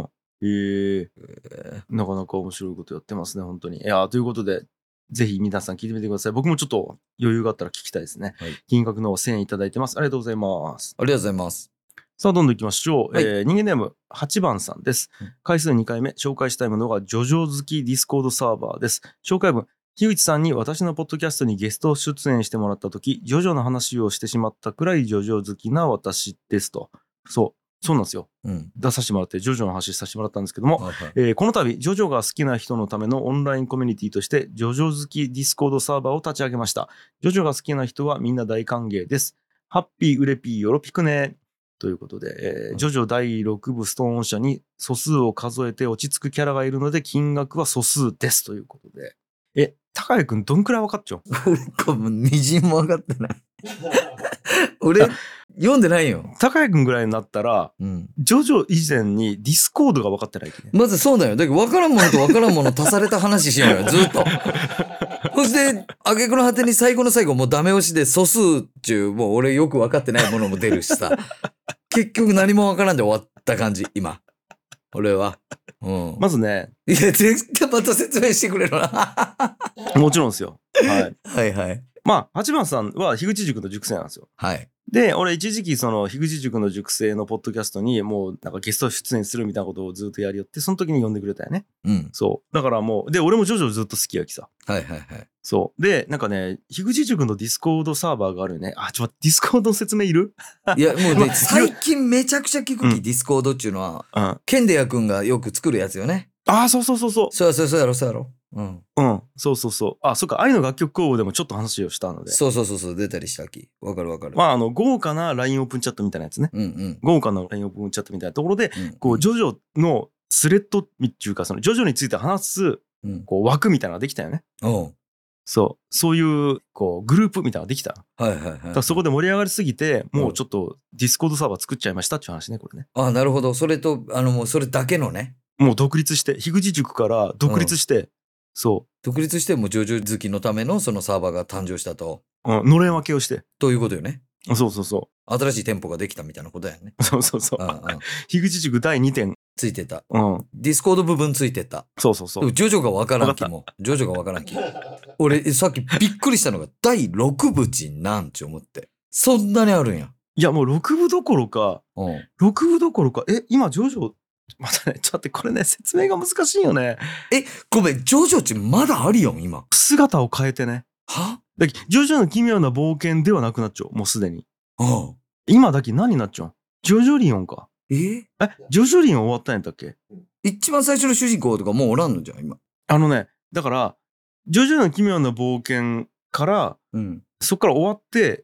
S1: なかなか面白いことやってますね、本当に。いや、ということで、ぜひ皆さん聞いてみてください。僕もちょっと余裕があったら聞きたいですね。
S2: はい、
S1: 金額の1000円いただいてます。ありがとうございます。
S2: ありがとうございます。
S1: さあ、どんどん行きましょう。
S2: はい
S1: 人間ネーム8番さんです。回数2回目、紹介したいものがジョジョ好きディスコードサーバーです。紹介文、樋口さんに私のポッドキャストにゲスト出演してもらったとき、ジョジョの話をしてしまったくらいジョジョ好きな私ですと。そうなんですよ。出させてもらって、ジョジョの話させてもらったんですけども、この度、ジョジョが好きな人のためのオンラインコミュニティとして、ジョジョ好きディスコードサーバーを立ち上げました。ジョジョが好きな人はみんな大歓迎です。ハッピーウレピーよろぴくね。ということで、ジョジョ第6部ストーン社に素数を数えて落ち着くキャラがいるので、金額は素数ですということで。高谷くんどんくらい分かっちゃう？
S2: 俺、みじんも分かってない。俺、読んでないよ。
S1: 高谷くんぐらいになったら、ジョジョ以前にディスコードが分かってない、ね。
S2: まずそうだよ。だけど分からんものと分からんもの足された話しようよ、ずっと。そして、挙句の果てに最後の最後、もうダメ押しで素数っちゅう、もう俺よく分かってないものも出るしさ。結局何も分からんで終わった感じ、今。俺は。
S1: まずね。
S2: いや、絶対また説明してくれるな。
S1: もちろんですよ。はい。
S2: はいはい。
S1: まあ、8番さんは樋口塾の塾生なんですよ。
S2: はい。
S1: で、俺一時期その樋口塾の塾生のポッドキャストにもうなんかゲスト出演するみたいなことをずっとやりよって、その時に呼んでくれたよね。そう。だからもう、で、俺もジョジョずっと好きやきさ。
S2: はいはいはい。
S1: そう。で、なんかね、樋口塾のディスコードサーバーがあるよね。ちょっと待って、ディスコードの説明いる？
S2: いや、もうね、最近めちゃくちゃ聞くき、ディスコードっていうのは、ケンデヤ君がよく作るやつよね。
S1: そう。
S2: そうやろ。
S1: そう。そっか、愛の楽曲工房でもちょっと話をしたので。
S2: そう、出たりしたき。わかる。
S1: 豪華な LINE オープンチャットみたいなやつね。豪華な LINE オープンチャットみたいなところで、こう、ジョジョのスレッドっていうか、そのジョジョについて話す、こう、枠みたいなのができたよね。そういう、こう、グループみたいなのができた。だそこで盛り上がりすぎて、もうちょっとディスコードサーバー作っちゃいましたっていう話ね、これね。
S2: なるほど。それと、もうそれだけのね。
S1: もう独立して、樋口塾から独立して、
S2: 独立してもジョジョ好きのためのそのサーバーが誕生したと。
S1: のれん分けをして。
S2: ということよね。
S1: そう。
S2: 新しい店舗ができたみたいなことやね。
S1: そう。樋口塾第2点。
S2: ついてた。ディスコード部分ついてた。
S1: そう。
S2: でもジョジョがわからんきも。ジョジョがわからんき。俺、さっきびっくりしたのが、第6部ちなんち思って。そんなにあるんや。
S1: いや、もう6部どころか、今、ジョジョ、またね、ちょっと待って、これね、説明が難しいよね。
S2: ごめん、ジョジョちまだあるよ、今。
S1: 姿を変えてね。だけジョジョの奇妙な冒険ではなくなっちゃう、もうすでに。今だけ何になっちゃう？ジョジョリオンか。ジョジョリオン終わったんやったっけ？
S2: 一番最初の主人公とかもうおらんのじゃん、今。
S1: だから、ジョジョの奇妙な冒険から、そっから終わって、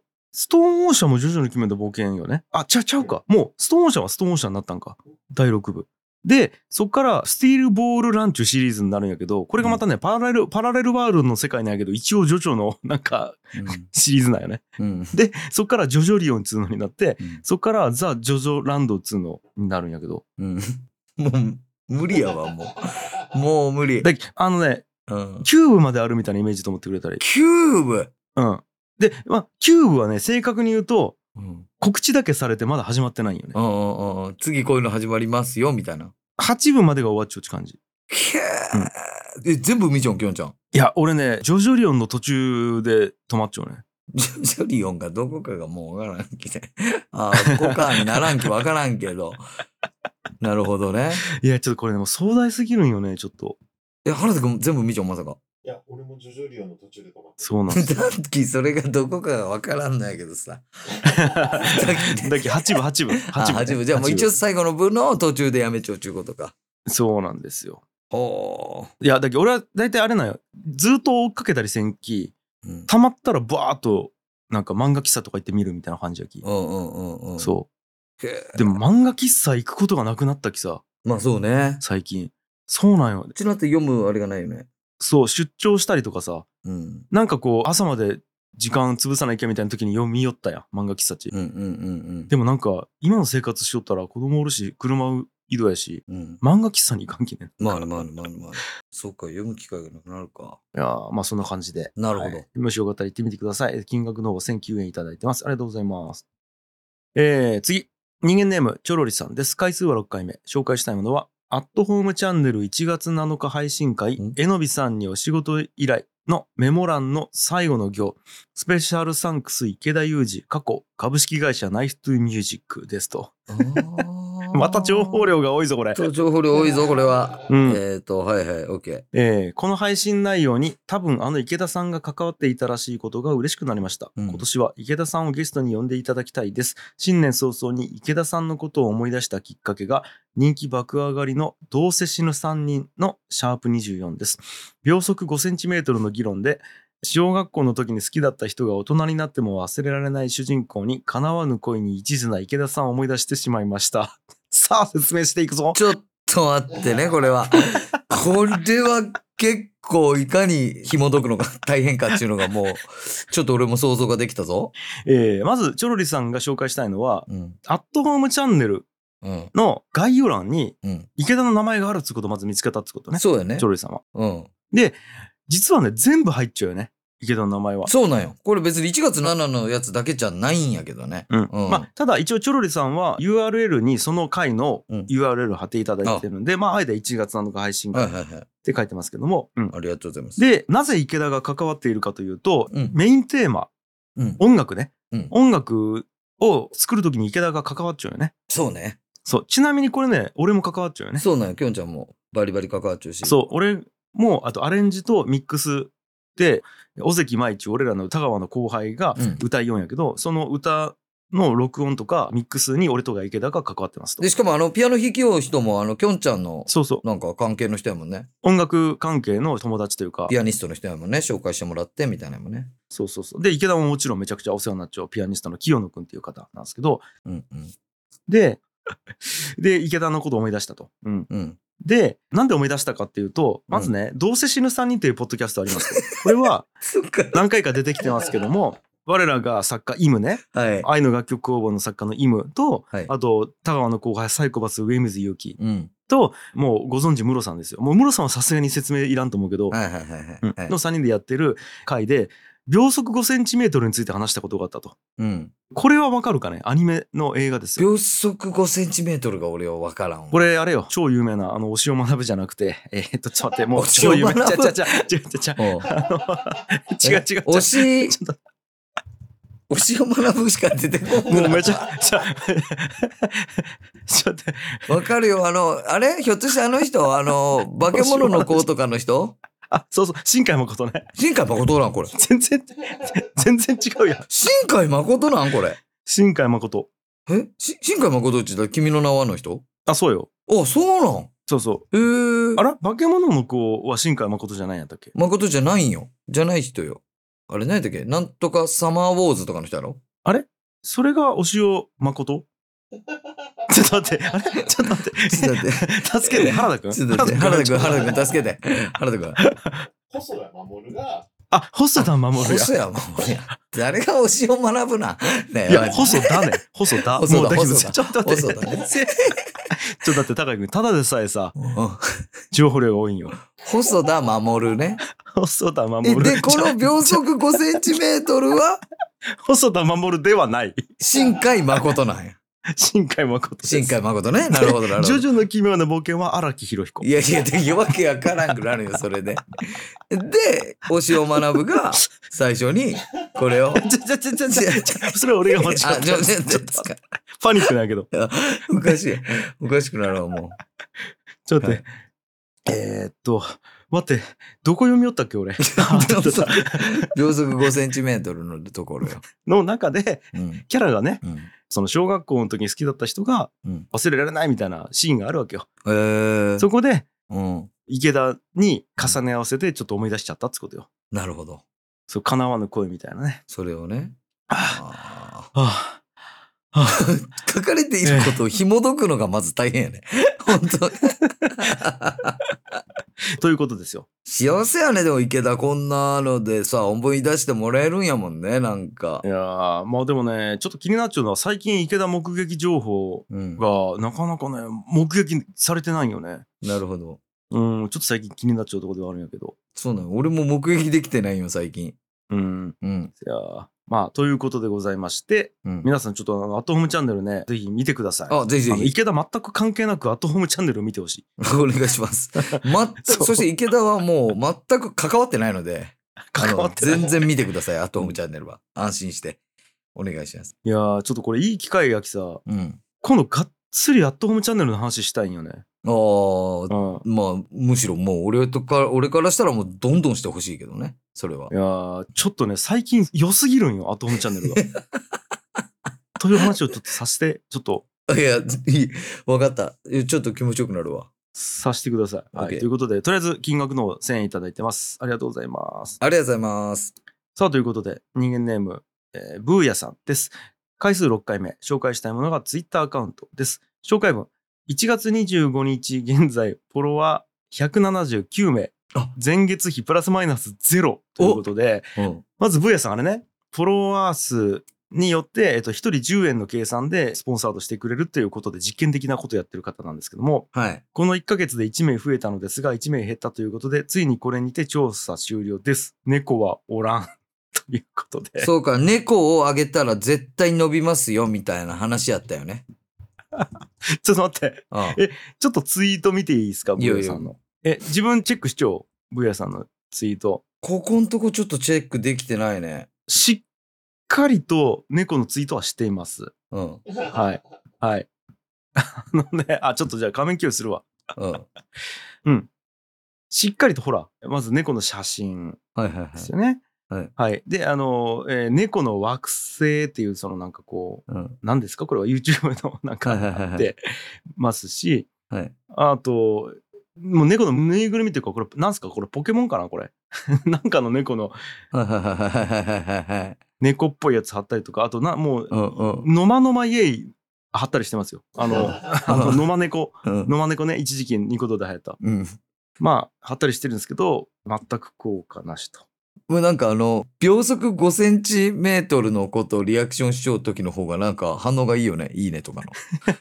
S1: ストーンオーシャンもジョジョの奇妙な冒険よね。ちゃうか。もう、ストーンオーシャンはストーンオーシャンになったんか。第6部。で、そっからスティールボールランチュシリーズになるんやけど、これがまたね、パラレルワールドの世界なんやけど、一応ジョジョのなんか、シリーズなんよね。で、そっからジョジョリオンっつうのになって、そっからザ・ジョジョランドっつうのになるんやけど。
S2: もう、無理やわ、もう。もう無理。
S1: キューブまであるみたいなイメージと思ってくれたらいい。
S2: キューブ？
S1: で、キューブはね、正確に言うと、告知だけされてまだ始まってないよね。
S2: 次こういうの始まりますよ、みたいな。
S1: 8部までが終わっちゃうって感じ。
S2: 全部見ちゃうん、きょんちゃん。
S1: いや、俺ね、ジョジョリオンの途中で止まっちゃうね。
S2: ジョジョリオンがどこかがもうわからんきね。ここかにならんきわからんけど。なるほどね。
S1: いや、ちょっとこれね、もう壮大すぎるんよね、ちょっと。
S2: 原田くん全部見ちゃう、まさか。
S3: いや、俺もジョジョリオンの途中で止まった。
S1: そうなんですよ。
S2: だっきそれがどこかがわからんのやけどさ。
S1: だっけ8部。
S2: じゃあもう一応最後の分の途中でやめちゃうちゅうことか。
S1: そうなんですよ。いや、だけど俺は大体あれなんよ。ずっと追っかけたりせんき、たまったらバーっと、なんか漫画喫茶とか行って見るみたいな感じやき。そう。でも漫画喫茶行くことがなくなったきさ。
S2: まあそうね。
S1: 最近。そうなんよ。
S2: うちのって読むあれがないよね。
S1: そう、出張したりとかさ、なんかこう朝まで時間潰さなきゃみたいな時に読みよったや漫画喫茶ち。でもなんか今の生活しよったら子供おるし車移動やし、漫画喫茶に行かんきね。
S2: まあ。そうか、読む機会がなくなるか。
S1: いやまあそんな感じで。
S2: なるほど。
S1: もしよかったら行ってみてください。金額の方は1009円いただいてます。ありがとうございます。次。人間ネーム、チョロリさんです。回数は6回目。紹介したいものは、 アットホームチャンネル1月7日配信会、えのびさんにお仕事依頼のメモ欄の最後の行、スペシャルサンクス池田裕二、過去、株式会社ナイストゥミュージックですと。また情報量が多いぞ、これ。
S2: 情報量多いぞ、これは。
S1: うん
S2: はいはい、OK。
S1: この配信内容に多分池田さんが関わっていたらしいことが嬉しくなりました。今年は池田さんをゲストに呼んでいただきたいです。新年早々に池田さんのことを思い出したきっかけが、人気爆上がりのどうせ死ぬ3人のシャープ24です。秒速 5cm の議論で、小学校の時に好きだった人が大人になっても忘れられない主人公に叶わぬ恋に一途な池田さんを思い出してしまいました。さあ説明していくぞ。
S2: ちょっと待ってね、これは。これは結構いかに紐解くのが大変かっていうのがもうちょっと俺も想像ができたぞ。
S1: まずチョロリさんが紹介したいのは、アットホームチャンネルの概要欄に池田の名前があるってことをまず見つけたってことね。
S2: そうやね。
S1: チョロリさんは。で実はね全部入っちゃうよね、池田の名前は。
S2: そうなんよ。これ別に1月7のやつだけじゃないんやけどね。
S1: まあ、ただ一応チョロリさんは URL にその回の URL を貼っていただいてるんで、まああえて1月7日配信会って書いてますけども、
S2: ありがとうございます。
S1: でなぜ池田が関わっているかというと、メインテーマ、音楽ね、音楽を作るときに池田が関わっちゃうよね。
S2: そうね。
S1: そう。ちなみにこれね俺も関わっちゃうよね。
S2: そうなんよ。きょんちゃんもバリバリ関わっちゃうし。
S1: そう俺もあとアレンジとミックスで尾関舞一俺らの田川の後輩が歌いよんやけど、その歌の録音とかミックスに俺とか池田が関わってますと。
S2: でしかもピアノ弾きよう人もきょんちゃんの
S1: そう
S2: なんか関係の人やもんね。
S1: 音楽関係の友達というか
S2: ピアニストの人やもんね。紹介してもらってみたいなもんね。
S1: そうで池田ももちろんめちゃくちゃお世話になっちゃうピアニストの清野くんっていう方なんですけど、で池田のことを思い出したと。でなんで思い出したかっていうと、まずね、どうせ死ぬ3人っていうポッドキャストありますと。これは何回か出てきてますけども我らが作家イムね、愛の楽曲工房の作家のイムと、あと田川の後輩サイコパス上水祐希と、もうご存知ムロさんですよ。もうムロさんはさすがに説明いらんと思うけど、の3人でやってる回で秒速 5cm について話したことがあったと。これはわかるかね。アニメの映画ですよ。
S2: 秒速 5cm が俺はわからん。
S1: これあれよ、超有名な押尾学じゃなくて、ちょっと待って、もう超有名。違う。
S2: 押尾学しか出てこない。
S1: もうめちゃちょっと
S2: わかるよ。あれひょっとして人化け物の子とかの人？
S1: あ、そう新海誠ね。
S2: 新海誠なんこれ。
S1: 全然違うやん。
S2: 新海誠なんこれ。
S1: 新海誠。
S2: 新海誠って言ったら君の名はの人？
S1: あ、そうよ。
S2: あ、そうなん。
S1: そう。あら化け物の子は新海誠じゃないんやったっけ？
S2: 誠じゃないんよ。じゃない人よ。あれ何やったっけ？なんとかサマーウォーズとかの人やろ？あ
S1: れそれが押尾誠？ちょっと待って、あれちょっと待って。助けて、原田くん。
S2: ちょっと待って、原田くん、助けて。原田くん。
S3: 細田守が。
S1: あ、細田守や。
S2: 細田守や。誰が押尾学ぶな。
S1: ねいや、細田ね。細田。
S2: もう
S1: だけど、ちょっと待って。
S2: 細田ね。
S1: ちょっと待って、高井くん、ただでさえさ、情報量が多いんよ。
S2: 細田守ね。
S1: 細田守。
S2: で、この秒速 5cm は
S1: 細田守ではない。
S2: 新海誠なんや。
S1: 新海誠です。
S2: 新海誠ね。なるほど、なるほど。
S1: ジョジョの奇妙な冒険は荒木博彦。
S2: いや、わけわからんくなるよ、それで。で、押尾学が最初に、これを。
S1: それは俺が間違った。パニックなんやけど。
S2: おかしくなるわ、もう。
S1: ちょっと待って。待って、どこ読みよったっけ俺。
S2: 秒速 5cm のところよ。
S1: の中で、キャラがね、その小学校の時に好きだった人が忘れられないみたいなシーンがあるわけよ。そこで、池田に重ね合わせてちょっと思い出しちゃったってことよ。
S2: なるほど。
S1: そう、叶わぬ声みたいなね。
S2: それをね。書かれていることを紐解くのがまず大変やね。本当に。
S1: ということですよ。
S2: 幸せやね、でも池田こんなのでさ、思い出してもらえるんやもんね、なんか。
S1: いやー、まあでもね、ちょっと気になっちゃうのは最近池田目撃情報がなかなかね、目撃されてないよね。
S2: なるほど。
S1: ちょっと最近気になっちゃうところではあるんやけど。
S2: そうなの。俺も目撃できてないよ、最近。
S1: うん。
S2: うん。
S1: いやーまあ、ということでございまして、
S2: うん。
S1: 皆さんちょっとアットホームチャンネルね、ぜひ見てください。
S2: あ、ぜひぜひ。
S1: 池田全く関係なくアットホームチャンネルを見てほしい。
S2: お願いします。全く、
S1: そう
S2: そして池田はもう全く関わってないので、
S1: 関わってない。
S2: 全然見てください、アットホームチャンネルは。安心して。お願いします。
S1: いやーちょっとこれいい機会がきさ、
S2: うん。
S1: 今度がっつりアットホームチャンネルの話したいんよね。
S2: ああ、
S1: うん。
S2: まあ、むしろもう俺からしたらもうどんどんしてほしいけどね、それは。
S1: いやーちょっとね、最近良すぎるんよ、アットホームチャンネルが。という話をちょっとさせて、ちょっと
S2: いや、いい。わかった。ちょっと気持ちよくなるわ。
S1: させてください。はい。
S2: OK
S1: ということで、とりあえず金額の1000円いただいてます。ありがとうございます。
S2: ありがとうございます。
S1: さあ、ということで、人間ネーム、ブーヤさんです。回数6回目、紹介したいものが Twitter アカウントです。紹介文、1月25日現在、フォロワー179名。
S2: あ
S1: 前月比プラスマイナス0ということで、
S2: うん。
S1: まずブーヤさんあれね、フォロワー数によって、1人10円の計算でスポンサードしてくれるということで実験的なことをやってる方なんですけども、
S2: はい。
S1: この1ヶ月で1名増えたのですが、1名減ったということで、ついにこれにて調査終了です。猫はおらん。ということで。
S2: そうか、猫をあげたら絶対伸びますよ、みたいな話やったよね。
S1: ちょっと待って。
S2: ああ
S1: ちょっとツイート見ていいですか、ブ
S2: いいよ
S1: ーヤさんの。自分チェックしちゃおう。ブーヤさんのツイート。
S2: ここんとこちょっとチェックできてないね。
S1: しっかりと猫のツイートはしています。
S2: うん。
S1: はい。はい。ちょっとじゃあ画面共有するわ。
S2: うん。
S1: しっかりとほら、まず猫の写真
S2: はいはいはい。
S1: ですよね。
S2: はい。
S1: はい。で、猫の惑星っていう、そのなんかこう、
S2: うん。
S1: 何ですかこれは YouTube のなんか
S2: はいはいはいはい
S1: あってますし、
S2: はい。
S1: あと、もう猫のぬいぐるみっていうか、これ、なんすかこれポケモンかなこれ。なんかの猫の
S2: はいはいはいはいはいはい。
S1: 猫っぽいやつ貼ったりとか、あともう、
S2: うんうん。
S1: ノマノマイエイ貼ったりしてますよ。ノマ猫。
S2: うん。
S1: ノマ猫ね、一時期ニコ動で流行った。
S2: うん。
S1: まあ、貼ったりしてるんですけど、全く効果なしと。
S2: もうなんか秒速5センチメートルのことをリアクションしようときの方がなんか反応がいいよね。いいねとかの。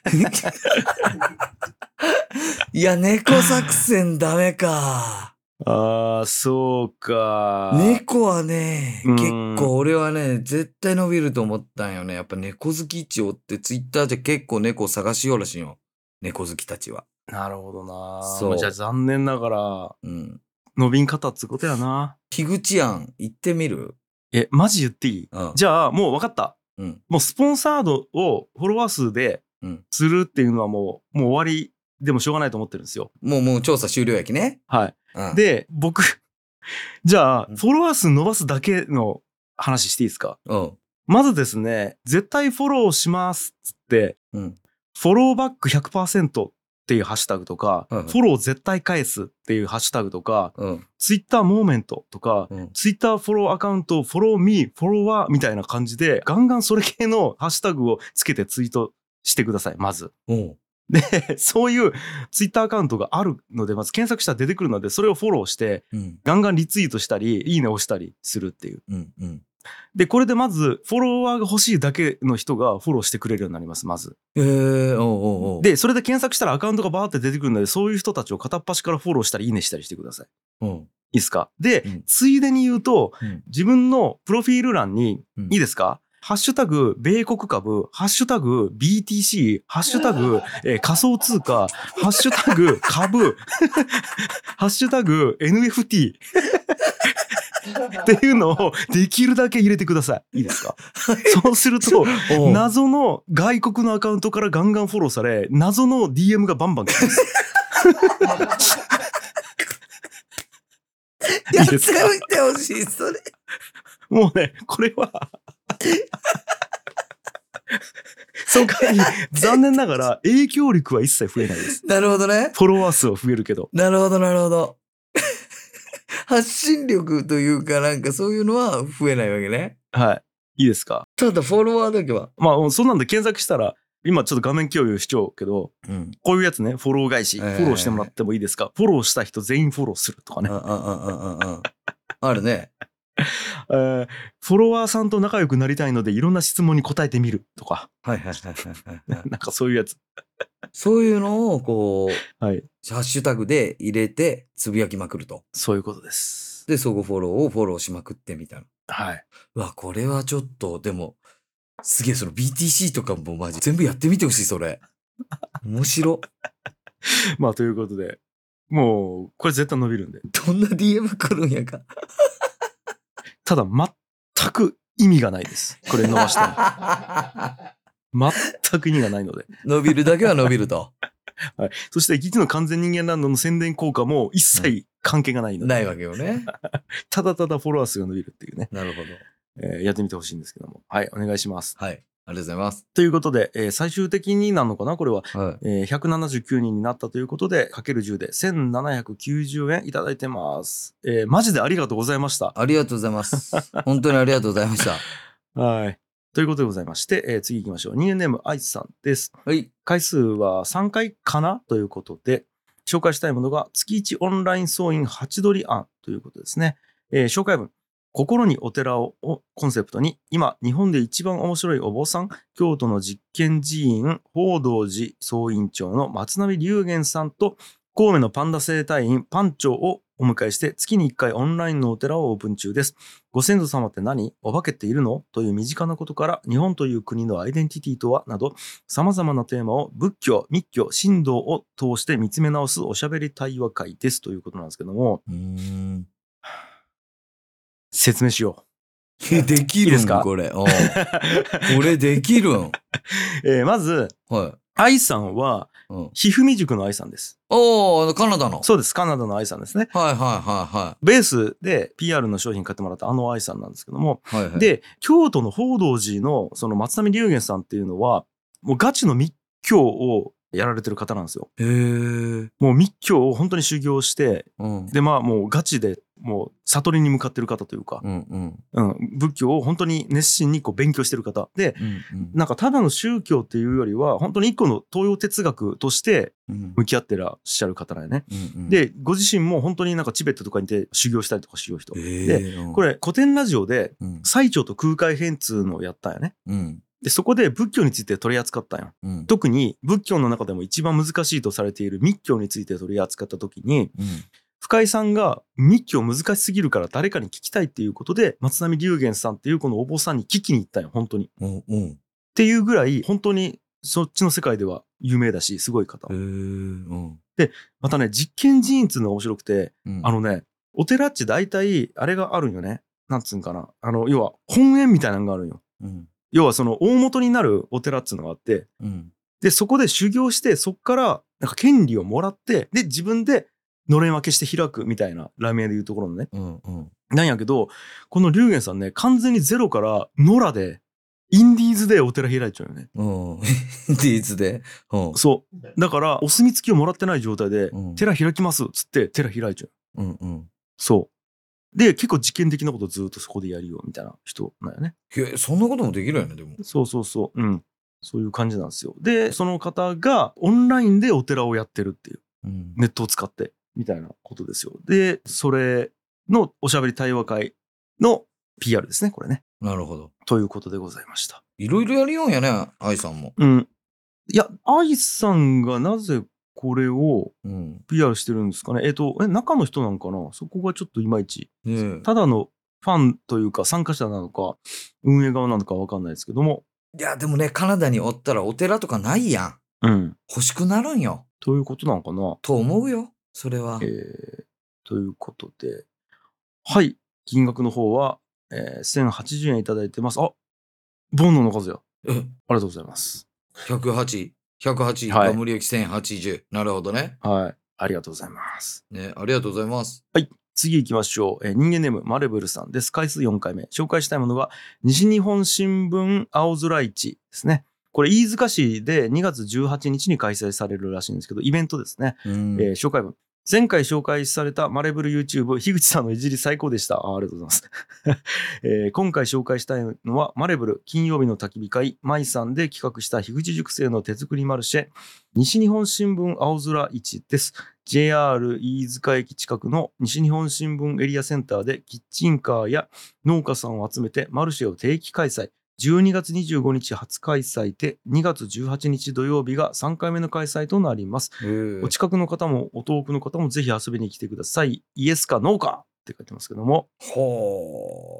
S2: いや、猫作戦ダメか。
S1: ああ、そうか。
S2: 猫はね、
S1: うん
S2: 結構俺はね、絶対伸びると思ったんよね。やっぱ猫好き一応ってツイッターで結構猫を探しようらしいよ。猫好きたちは。
S1: なるほどな。
S2: そう
S1: じゃあ残念ながら、
S2: うん。
S1: 伸びん方っつうことやな。
S2: 樋口庵行ってみる？
S1: マジ言っていい？
S2: うん。
S1: じゃあ、もう分かった。
S2: うん。
S1: もうスポンサードをフォロワー数で
S2: うん。
S1: するっていうのはもう終わりでもしょうがないと思ってるんですよ。
S2: もう調査終了やきね。
S1: はい。
S2: うん。
S1: で、僕、じゃあ、
S2: うん
S1: フォロワー数伸ばすだけの話していいですか？
S2: うん。
S1: まずですね、絶対フォローしますっつって、
S2: うん。
S1: フォローバック 100% っていうハッシュタグとか、
S2: はいはい
S1: フォロー絶対返すっていうハッシュタグとか、
S2: うん。
S1: ツイッターモーメントとか、
S2: うん。
S1: ツイッターフォローアカウント、フォローミー、フォロワーみたいな感じで、ガンガンそれ系のハッシュタグをつけてツイートしてください、まず。
S2: うん。
S1: で、そういうツイッターアカウントがあるので、まず検索したら出てくるので、それをフォローして、
S2: うん。
S1: ガンガンリツイートしたり、いいね押したりするっていう。
S2: うん。うん。
S1: で、これでまず、フォロワーが欲しいだけの人がフォローしてくれるようになります、まず。
S2: おうおうおう。
S1: で、それで検索したらアカウントがバーって出てくるので、そういう人たちを片っ端からフォローしたり、いいねしたりしてください。
S2: うん。
S1: いいですか？で、
S2: うん
S1: ついでに言うと、
S2: うん。
S1: 自分のプロフィール欄に、
S2: うん
S1: いいですか？ハッシュタグ、米国株、ハッシュタグ、BTC、ハッシュタグ、仮想通貨、ハッシュタグ、株、ハッシュタグ、NFT っていうのをできるだけ入れてください。いいですか？そうすると、
S2: おう
S1: 謎の外国のアカウントからガンガンフォローされ、謎の DM がバンバン来ます。
S2: やって
S1: いいですか？
S2: おいてほしい、それ。
S1: もうね、これはそうか、残念ながら影響力は一切増えないです。
S2: なるほどね。
S1: フォロワー数は増えるけど。
S2: なるほど、なるほど。発信力というかなんかそういうのは増えないわけね。
S1: はい。いいですか？
S2: ただフォロワーだけは。
S1: まあ、そんなんで検索したら、今ちょっと画面共有しちゃうけど、
S2: うん。
S1: こういうやつね、フォロー返し、フォローしてもらってもいいですか？フォローした人全員フォローするとかね。
S2: あるね。
S1: フォロワーさんと仲良くなりたいので、いろんな質問に答えてみるとか、
S2: はいはいはいはいはい。
S1: なんかそういうやつ。
S2: そういうのをこう、
S1: はい。
S2: ハッシュタグで入れてつぶやきまくると。
S1: そういうことです。
S2: で、相互フォローをフォローしまくってみたいな。
S1: はい。
S2: うわ、これはちょっと、でも、すげえ、その BTC とかもマジ全部やってみてほしい、それ。面白。
S1: まあということで、もうこれ絶対伸びるんで。
S2: どんな DM 来るんやか。
S1: ただ全く意味がないです。これ伸ばしても。全く意味がないので。
S2: 伸びるだけは伸びると。
S1: はい。そしてギチの完全人間ランドの宣伝効果も一切関係がないので。
S2: ないわけよね。
S1: ただただフォロワー数が伸びるっていうね。
S2: なるほど。
S1: やってみてほしいんですけども。はい、お願いします。
S2: はい。ありがとうございます。
S1: ということで、最終的になるのかなこれは。
S2: はい。
S1: 179人になったということで、かける10で1790円いただいてます。マジでありがとうございました。
S2: ありがとうございます。本当にありがとうございました。
S1: はい。ということでございまして、次行きましょう。人間ネームアイスさんです。
S2: はい。
S1: 回数は3回かなということで、紹介したいものが月1オンライン総員ハチドリ案ということですね。紹介文。心にお寺をコンセプトに、今、日本で一番面白いお坊さん、京都の実験寺院、報道寺総院長の松並龍玄さんと、神戸のパンダ生態院、パンチョをお迎えして、月に1回オンラインのお寺をオープン中です。ご先祖様って何？お化けっているの？という身近なことから、日本という国のアイデンティティとはなど、様々なテーマを仏教、密教、神道を通して見つめ直すおしゃべり対話会ですということなんですけども、説明しよ
S2: できるん
S1: いいですか
S2: これ。これできるん。
S1: う。まず、
S2: はい。
S1: 愛さんは、ひふみ塾の愛さんです。
S2: カナダの。
S1: そうです。カナダの愛さんですね。
S2: はいはいはいはい。
S1: ベースで PR の商品買ってもらったあの愛さんなんですけども、
S2: はいはい、
S1: で、京都の報道寺のその松並龍玄さんっていうのは、もうガチの密教をやられてる方なんですよ。
S2: へー。
S1: もう密教を本当に修行して、
S2: うん、
S1: でまあもうガチでもう悟りに向かってる方というか、仏教を本当に熱心にこう勉強してる方で、なんかただの宗教っていうよりは本当に一個の東洋哲学として向き合ってらっしゃる方なんよね。でご自身も本当になんかチベットとかにいて修行したりとかしよう人で、これ古典ラジオで最澄と空海編通のをやったんよね。でそこで仏教について取り扱ったんよ、特に仏教の中でも一番難しいとされている密教について取り扱った時に、深井さんが密教難しすぎるから誰かに聞きたいっていうことで松並龍玄さんっていうこのお坊さんに聞きに行ったんよ本当に、っていうぐらい本当にそっちの世界では有名だしすごい方、でまたね実験寺院っていうのが面白くて、お寺っち大体あれがあるんよね、なんつうんかな、要は本園みたいなのがあるんよ、要はその大元になるお寺っていうのがあって、でそこで修行してそっからなんか権利をもらってで自分でのれん分けして開くみたいなラーメン屋でいうところのね、なんやけどこの龍玄さんね完全にゼロから野良でインディーズでお寺開いちゃうよね。
S2: インディーズで、
S1: そうだからお墨付きをもらってない状態で、寺開きますっつって寺開いちゃう、そうで結構実験的なことずっとそこでやるよみたいな人なんよね。
S2: そんなこともできるよねでも。
S1: そうそういう感じなんですよ。でその方がオンラインでお寺をやってるっていう、ネットを使ってみたいなことですよ。でそれのおしゃべり対話会の PR ですねこれね。
S2: なるほど。
S1: ということでございました。
S2: いろいろやるようやね愛さんも。
S1: いや愛さんがなぜこれを PR してるんですかね。中の人なんかな、そこがちょっといまいち、ただのファンというか参加者なのか運営側なのか分かんないですけども、
S2: いやでもねカナダにおったらお寺とかないやん、欲しくなるんよ
S1: ということなのかな
S2: と思うよそれは。
S1: ということで、はい、金額の方は、1080円いただいてます。あ、煩悩の数や。ありがとうございます。
S2: 108、ガムリ焼き1080。なるほどね。
S1: はい、ありがとうございます。
S2: ね、ありがとうございます。
S1: はい、次行きましょう。人間ネームマレブルさんです。回数4回目。紹介したいものが西日本新聞青空市ですね。これ飯塚市で2月18日に開催されるらしいんですけど、イベントですね。紹介文。前回紹介されたマレブル YouTube、樋口さんのいじり最高でした。ありがとうございます。今回紹介したいのはマレブル金曜日の焚き火会舞さんで企画した樋口塾生の手作りマルシェ西日本新聞青空市です。JR 飯塚駅近くの西日本新聞エリアセンターでキッチンカーや農家さんを集めてマルシェを定期開催。12月25日初開催で2月18日土曜日が3回目の開催となります。お近くの方もお遠くの方もぜひ遊びに来てください。イエスかノーかって書いてますけども。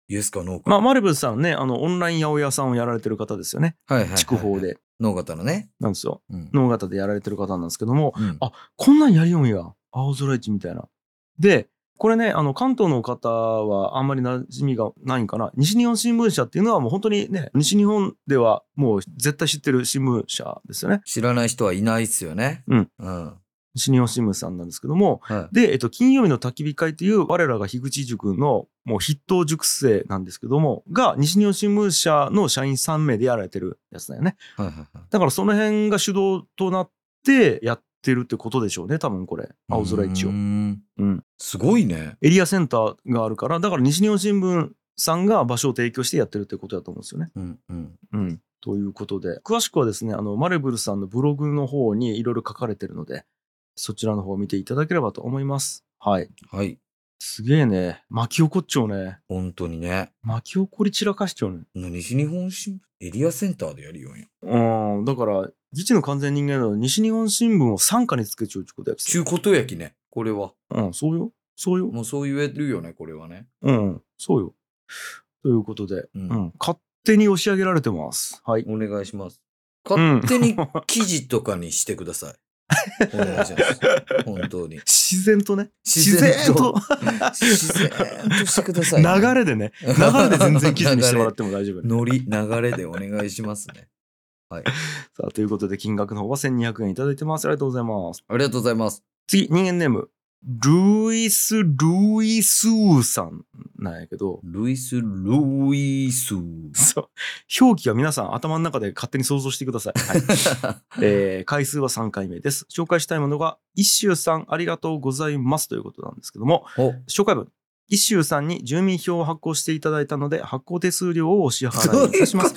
S2: イエスかノーか。
S1: まあ、マルブスさんね、オンライン八百屋さんをやられてる方ですよね。
S2: はいはいはいはい。
S1: 筑豊で。
S2: ノー型のね。
S1: なんですよ。
S2: うん。
S1: 能形でやられてる方なんですけども、
S2: うん
S1: あ、こんなんやりよんや。青空市みたいな。で、これね、関東の方はあんまり馴染みがないんかな。西日本新聞社っていうのはもう本当にね、西日本ではもう絶対知ってる新聞社ですよね。
S2: 知らない人はいないっすよね。
S1: うん。
S2: うん。
S1: 西日本新聞さんなんですけども、
S2: はい。
S1: で、金曜日の焚き火会という我らが樋口塾のもう筆頭塾生なんですけども、が西日本新聞社の社員3名でやられてるやつだよね。
S2: はいはいはい。
S1: だからその辺が主導となってやってるってことでしょうね、多分これ。青空市を。うん。
S2: すごいね。
S1: エリアセンターがあるから、だから西日本新聞さんが場所を提供してやってるってことだと思うんですよね。
S2: うんうん。
S1: うん。ということで、詳しくはですね、マレブルさんのブログの方にいろいろ書かれてるので、そちらの方を見ていただければと思います。はい。
S2: はい。
S1: すげえね。巻き起こっちゃうね。
S2: 本当にね。
S1: 巻き起こり散らかしちゃうね。
S2: 西日本新聞エリアセンターでやるよんや。
S1: うん。だから、議事の完全人間なの西日本新聞を傘下につけちゃうってことやつ。
S2: ちゅうことやきね。これは。
S1: うん、そうよ。そうよ。
S2: もうそう言えるよね、これはね。
S1: うん、そうよ。ということで、
S2: うん
S1: 勝手に押し上げられてます。はい。
S2: お願いします。勝手に記事とかにしてください。お願いします。本当に。
S1: 自然とね。
S2: 自然としてください、ね。
S1: 流れでね。流れで全然記事にしてもらっても大丈夫。
S2: ノリ、流れでお願いしますね。はい。
S1: さあ、ということで、金額の方は1200円いただいてます。ありがとうございます。
S2: ありがとうございます。
S1: 次、人間ネーム。ルイスーさんなんやけど、
S2: ルイス。
S1: そう。表記は皆さん頭の中で勝手に想像してください。はい回数は3回目です。紹介したいものが、一周さんありがとうございますということなんですけども、
S2: お、
S1: 紹介文。一周さんに住民票を発行していただいたので、発行手数料をお支払いいたします。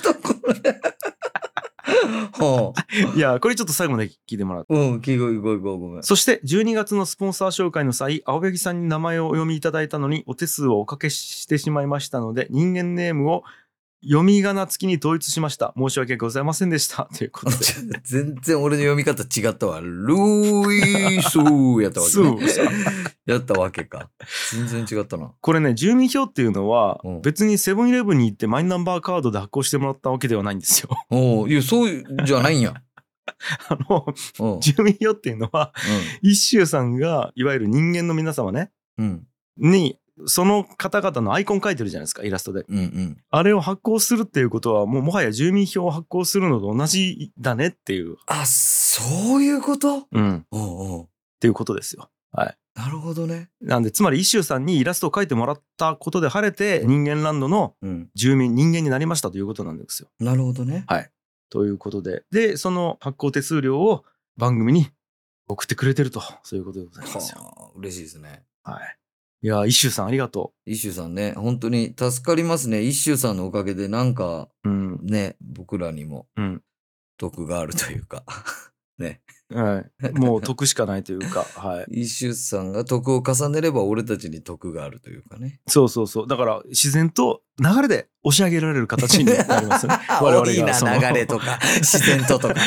S1: いや、これちょっと最後まで聞いてもらう。
S2: うん、ごめん。
S1: そして12月のスポンサー紹介の際、青柳さんに名前をお読みいただいたのにお手数をおかけしてしまいましたので、人間ネームを読み仮名付きに統一しました。申し訳ございませんでした。ということで。
S2: 全然俺の読み方違ったわ。ルイスやったわけ、ね。やったわけか。全然違ったな。
S1: これね、住民票っていうのは、
S2: うん
S1: 別にセブンイレブンに行ってマイナンバーカードで発行してもらったわけではないんですよ。
S2: おいや、そうじゃないんや。うん。
S1: 住民票っていうのは、一周さんが、いわゆる人間の皆様ね、
S2: うん。
S1: に、その方々のアイコン描いてるじゃないですか、イラストで。
S2: うんうん。
S1: あれを発行するっていうことは、もはや住民票を発行するのと同じだねっていう。
S2: あ、そういうこと
S1: うん。っ
S2: おう。
S1: ていうことですよ。はい。
S2: なるほどね。
S1: なんで、つまり、一周さんにイラストを描いてもらったことで晴れて、人間ランドの
S2: うん。
S1: 人間になりましたということなんですよ。
S2: なるほどね。
S1: はい。ということで。で、その発行手数料を番組に送ってくれてると、そういうことでございますよ。
S2: はあ、嬉しいですね。
S1: はい。いや、一周さんありがと
S2: 一周さんね、本当に助かりますね。一周さんのおかげでなんか
S1: う。うん。
S2: ね、僕らにも
S1: うん。
S2: 得があるというか。ね。
S1: はい。もう得しかないというか、はい。
S2: 一周さんが得を重ねれば俺たちに得があるというかね。
S1: そうそうそう。だから自然と流れで押し上げられる形になりますよね。我々
S2: 大き
S1: がその
S2: な流れとか、自然ととか。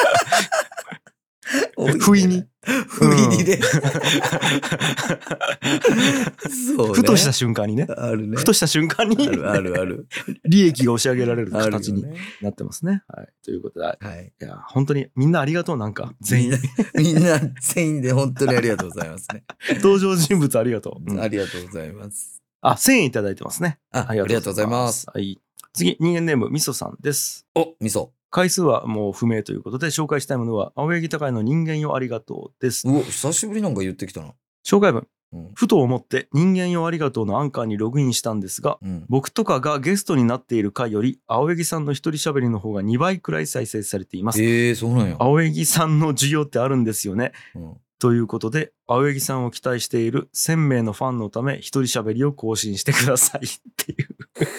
S1: 不意に。
S2: 不意にね。そうね。
S1: ふとした瞬間にね。
S2: あるね。
S1: ふとした瞬間に
S2: ある。
S1: 利益が押し上げられる
S2: ある
S1: 形に
S2: よね。
S1: なってますね。はい。ということで、
S2: はい。
S1: いや、本当にみんなありがとう。なんか、全員。
S2: みんな全員で本当にありがとうございますね。
S1: 登場人物ありがとう。うん
S2: ありがとうございます。
S1: あ、1000円いただいてますね。
S2: ありがとうございます。
S1: はい。次、人間ネーム、みそさんです。
S2: お、味噌。
S1: 回数はもう不明ということで、紹介したいものは、青柳高いの人間よありがとうです。
S2: うお、久しぶりなんか言ってきたな。
S1: 紹介文。
S2: うん。
S1: ふと思って人間よありがとうのアンカーにログインしたんですが、
S2: うん。
S1: 僕とかがゲストになっている回より青柳さんの一人喋りの方が2倍くらい再生されています。
S2: そうなんや。
S1: 青柳さんの需要ってあるんですよね。
S2: うん。
S1: ということで、青柳さんを期待している1000名のファンのため一人喋りを更新してくださいっていう。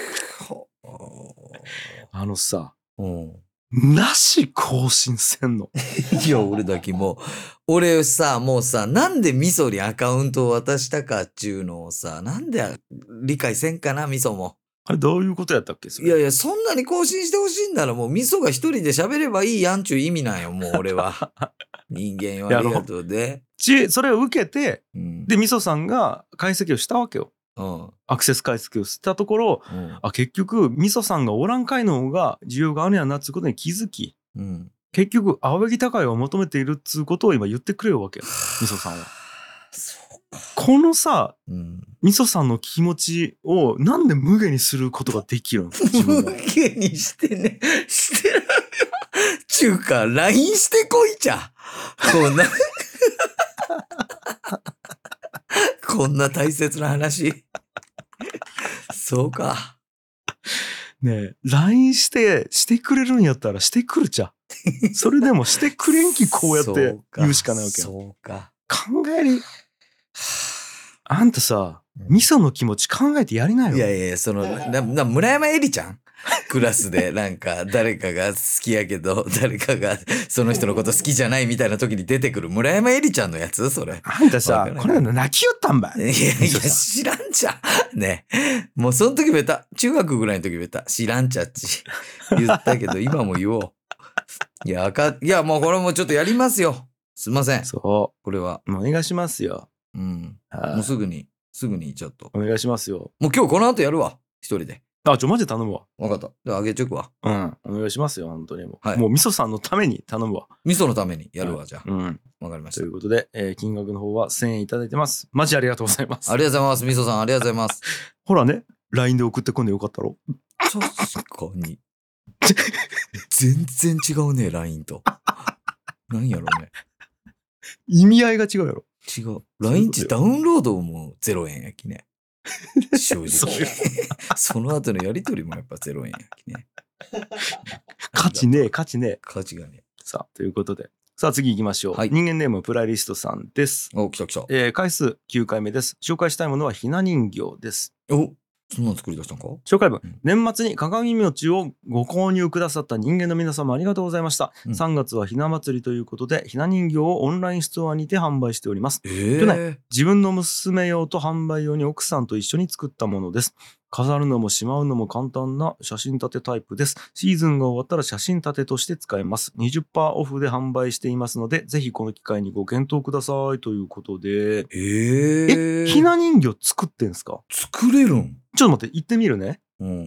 S1: あのさ、
S2: うん。
S1: なし更新せんの。
S2: いや、俺だけもう、俺さ、もうさ、なんで味噌にアカウントを渡したかっちゅうのをさ、なんで理解せんかな、味噌も。
S1: あれどういうことやったっけそれ。
S2: いやいや、そんなに更新してほしいんならもう味噌が一人で喋ればいいやんちゅう意味なんよ、もう俺は。人間よありがとうで。
S1: それを受けて、
S2: うん。
S1: で、みそさんが解析をしたわけよ。 アクセス回数をしたところ、結局みそさんがおらんかいの方が需要があるんやなっつうことに気づき、結局青柳高也を求めているっつうことを今言ってくれるわけよ、みそさんは。このさ、みそさんの気持ちをなんで無下にすることができるの？
S2: 無下にしてね、してないよ。ちゅうか、LINE してこいちゃ。こんな大切な話。そうか。
S1: ねえ、LINE してくれるんやったらしてくるちゃ。それでもしてくれんきこうやって言うしかないわけよ。
S2: そうか。
S1: 考えり。あんたさ、味噌の気持ち考えてやりなよ。
S2: いやいや、村山えりちゃんクラスでなんか誰かが好きやけど、誰かがその人のこと好きじゃないみたいな時に出てくる村山えりちゃんのやつそれ。
S1: あんたさ、これ泣きよったんばい。
S2: いや、知らんちゃ。ね。もうその時ベタ。中学ぐらいの時ベタ。知らんちゃっち。言ったけど、今も言おう。いや、もうこれもちょっとやりますよ。すいません。
S1: そう。
S2: これは。
S1: お願いしますよ。
S2: もうすぐにちょっと。
S1: お願いしますよ。
S2: もう今日この後やるわ。一人で。
S1: マジで頼むわ。
S2: わかった。で、あげちょくわ。
S1: お願いしますよ、本当にもう。
S2: はい、
S1: もう味噌さんのために頼むわ。
S2: 味噌のためにやるわ、じゃあ。わかりました。
S1: ということで、金額の方は1000円いただいてます。マジありがとうございます。
S2: ありがとうございます。味噌さん、ありがとうございます。
S1: ほらね、LINE で送ってこんでよかったろ。
S2: 確かに。全然違うね、LINE と。何やろうね。
S1: 意味合いが違うやろ。
S2: 違う。LINE 値ダウンロードも0円やきね。正直。その後のやりとりもやっぱ0円やきね。
S1: 価値ねえ。
S2: 価値がね。
S1: さあ、ということで。さあ、次行きましょう。人間ネームプライリストさんです。
S2: お、来た。
S1: 回数9回目です。紹介したいものはひな人形です。
S2: お、そんなの作り出したんか？
S1: 紹介文、年末に鏡餅をご購入くださった人間の皆様ありがとうございました。3月はひな祭りということで、ひな人形をオンラインストアにて販売しております。去年、自分の娘用と販売用に奥さんと一緒に作ったものです。飾るのもしまうのも簡単な写真立てタイプです。シーズンが終わったら写真立てとして使えます。20% オフで販売していますので、ぜひこの機会にご検討くださいということで。ひな人形作ってんすか？
S2: 作れるん？
S1: ちょっと待って、行ってみるね。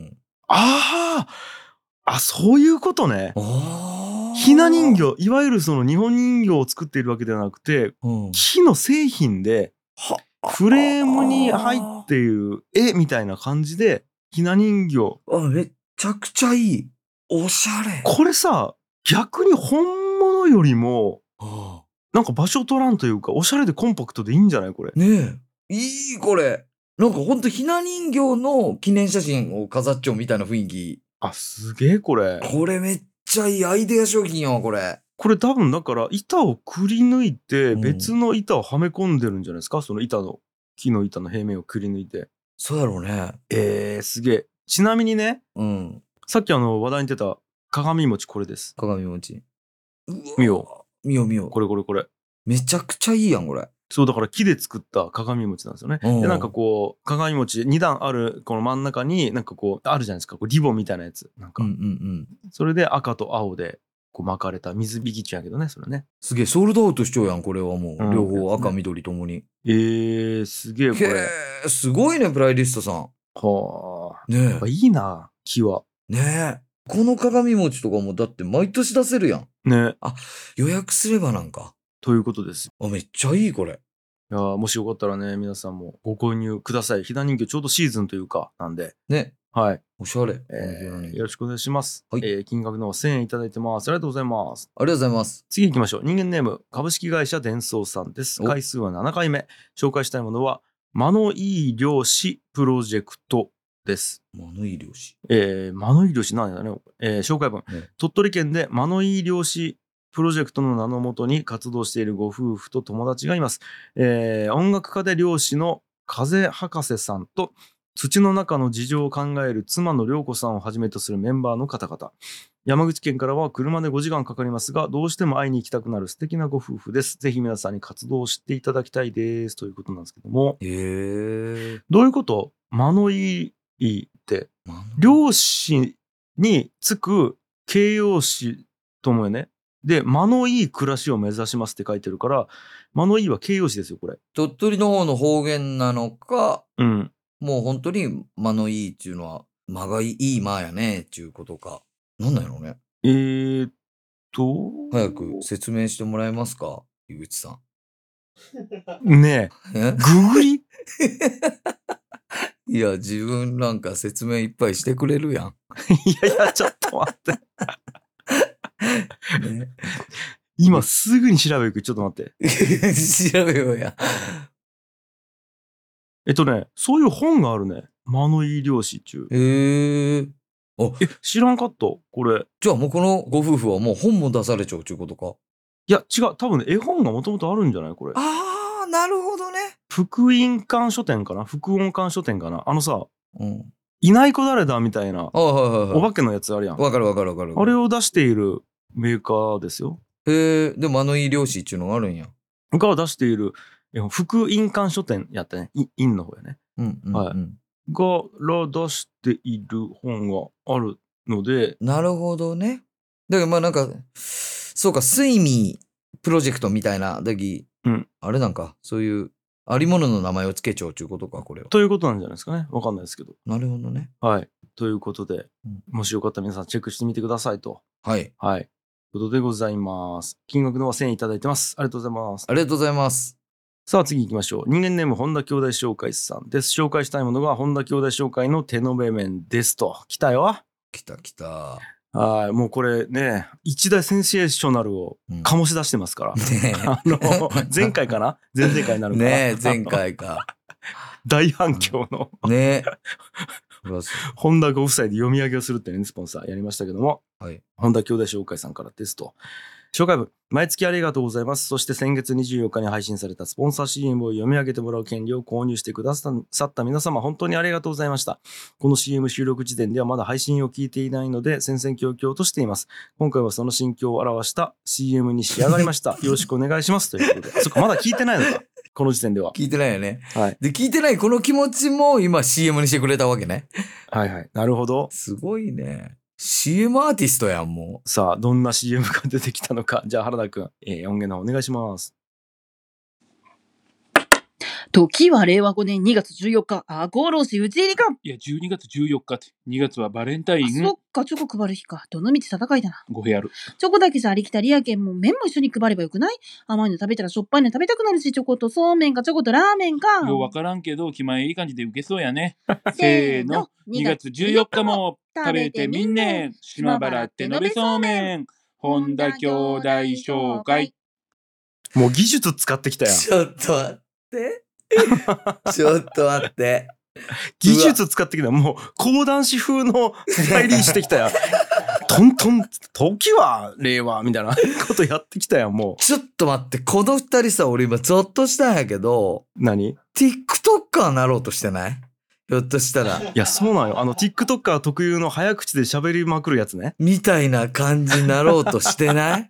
S1: そういうことね。ひな人形、いわゆるその日本人形を作っているわけではなくて、木の製品でフレームに入っている絵みたいな感じでひな人形。
S2: めっちゃくちゃいい。おしゃれ。
S1: これさ、逆に本物よりもなんか場所取らんというか、おしゃれでコンパクトでいいんじゃない？これ
S2: ねえ、いいこれ。なんかほんとひな人形の記念写真を飾っちゃうみたいな雰囲気。
S1: すげえこれ。
S2: これめっちゃいいアイデア商品やわ、これ。
S1: これ多分だから板をくり抜いて別の板をはめ込んでるんじゃないですか？その木の板の平面をくり抜いて。
S2: そうやろうね。
S1: すげえ。ちなみにね、さっき話題に出た鏡餅これです。
S2: 鏡餅。
S1: 見よ
S2: う。
S1: これ。
S2: めちゃくちゃいいやん、これ。
S1: そう、だから木で作った鏡餅なんですよね。で、なんかこう、鏡餅2段ある、この真ん中に、なんかこう、あるじゃないですか。こうリボンみたいなやつ。なんか、それで赤と青で、こう巻かれた水引きちゃうけどね、それね。
S2: すげえ、ソールドアウトしちゃうやん、これはもう。両方赤、緑ともに。
S1: すげえ、これ。
S2: すごいね、プライリストさん。ねえ。
S1: やっぱいいな、木は。
S2: ねえ。この鏡餅とかも、だって毎年出せるやん。
S1: ね。
S2: 予約すればなんか。
S1: ということです。
S2: めっちゃいい、これ。
S1: いやもしよかったらね、皆さんもご購入ください。ひな人形ちょうどシーズンというか、なんで。
S2: ね。
S1: はい。
S2: おしゃれ。
S1: よろしくお願いします。金額の1000円いただいてます。ありがとうございます。
S2: ありがとうございます。
S1: 次行きましょう。人間ネーム、株式会社伝送さんです。回数は7回目。紹介したいものは、間のいい漁師プロジェクトです。
S2: 間のいい漁師。
S1: 間のいい漁師なんだね。紹介文、鳥取県で間のいい漁師プロジェクトの名のもとに活動しているご夫婦と友達がいます。音楽家で漁師の風博士さんと土の中の事情を考える妻の涼子さんをはじめとするメンバーの方々。山口県からは車で5時間かかりますが、どうしても会いに行きたくなる素敵なご夫婦です。ぜひ皆さんに活動を知っていただきたいですということなんですけども。どういうこと？間のいいって漁師につく形容詞と思うよね。で、間のいい暮らしを目指しますって書いてるから、間のいいは形容詞ですよ、これ。
S2: 鳥取の方の方言なのか、 もう本当に間のいいっていうのは、間がいい間やねっていうことか。なんなんやろうね。早く説明してもらえますか、井口さ
S1: ね
S2: ん。
S1: え、ググり
S2: いや、自分なんか説明いっぱいしてくれるやん。
S1: いやいや、ちょっと待って。
S2: ね、
S1: 今すぐに調べる。ちょっと待って。
S2: 調べようや。
S1: そういう本があるね。間のいい漁師っちゅう。知らんかったこれ。
S2: じゃあもうこのご夫婦はもう本も出されちゃうっていうことか。
S1: いや、違う。多分ね、絵本がもともとあるんじゃないこれ。
S2: ああ、なるほどね。
S1: 福音館書店かな福音館書店かなさ、
S2: うん、
S1: いない子誰だみたいな、
S2: お
S1: 化けのやつあるやん。
S2: わかる。
S1: あれを出しているメーカーですよ。
S2: でも間のいい漁師っていうのがあるんや。
S1: が出している、福音館書店やったね。院の方やね。はい。が出している本があるので。
S2: なるほどね。だからまあなんか、そうか、睡眠プロジェクトみたいな時、あれなんか、そういうありものの名前をつけちゃうということか、これは。
S1: ということなんじゃないですかね。わかんないですけど。
S2: なるほどね。
S1: はい。ということで、もしよかったら皆さんチェックしてみてくださいと。
S2: はい。
S1: はい。ということでございます。金額のは1000円いただいてます。ありがとうございます。
S2: ありがとうございます。
S1: さあ次行きましょう。人間ネーム本田兄弟紹介さんです。紹介したいものが本田兄弟紹介の手延べ麺ですと。来たよ。
S2: 来た。
S1: はい。もうこれね、一大センセーショナルを醸し出してますから。前回かな前々回になるかな
S2: ねえ、前回か。
S1: 大反響の
S2: ねえ。
S1: 本田ご夫妻で読み上げをするってね、スポンサーやりましたけども、
S2: はい、
S1: 本田兄弟紹介さんからですと。紹介文、毎月ありがとうございます。そして先月24日に配信されたスポンサー CM を読み上げてもらう権利を購入してくださった皆様、本当にありがとうございました。この CM 収録時点ではまだ配信を聞いていないので、戦々恐々としています。今回はその心境を表した CM に仕上がりました。よろしくお願いします。ということで。そっか、まだ聞いてないのか。この時点では。
S2: 聞いてないよね。
S1: はい。
S2: で、聞いてないこの気持ちも今 CM にしてくれたわけね。
S1: はい。なるほど。
S2: すごいね。CM アーティストやん、も
S1: う。さあ、どんな CM が出てきたのか。じゃあ、原田くん、音源の方お願いします。
S4: 時は令和5年2月14日、赤穂浪士討ち入りか。
S5: いや、12月14日って。2月はバレンタイン。
S4: そっか、チョコ配る日か。どのみち戦いだな。
S5: ご部屋ある。
S4: チョコだけじゃありきたりやけんも麺も一緒に配ればよくない？甘いの食べたらしょっぱいの食べたくなるし、チョコとそうめんかチョコとラーメンか。
S5: ようわからんけど、気前いい感じで受けそうやね。
S4: せーの、
S5: 2月14日も食べてみんね。島原手延べそうめん。本田兄弟紹介。
S1: もう技術使ってきたやん。
S2: ちょっと待って。ちょっと待って。
S1: 技術使ってきた。もう講談師風の入りしてきたやん。トントン、時は令和みたいなことやってきたやん、もう。
S2: ちょっと待って、この二人さ、俺今ゾッとしたんやけど。
S1: 何？
S2: TikToker なろうとしてない？ひょっとしたら。
S1: いや、そうなんよ。TikToker 特有の早口で喋りまくるやつね。
S2: みたいな感じになろうとしてない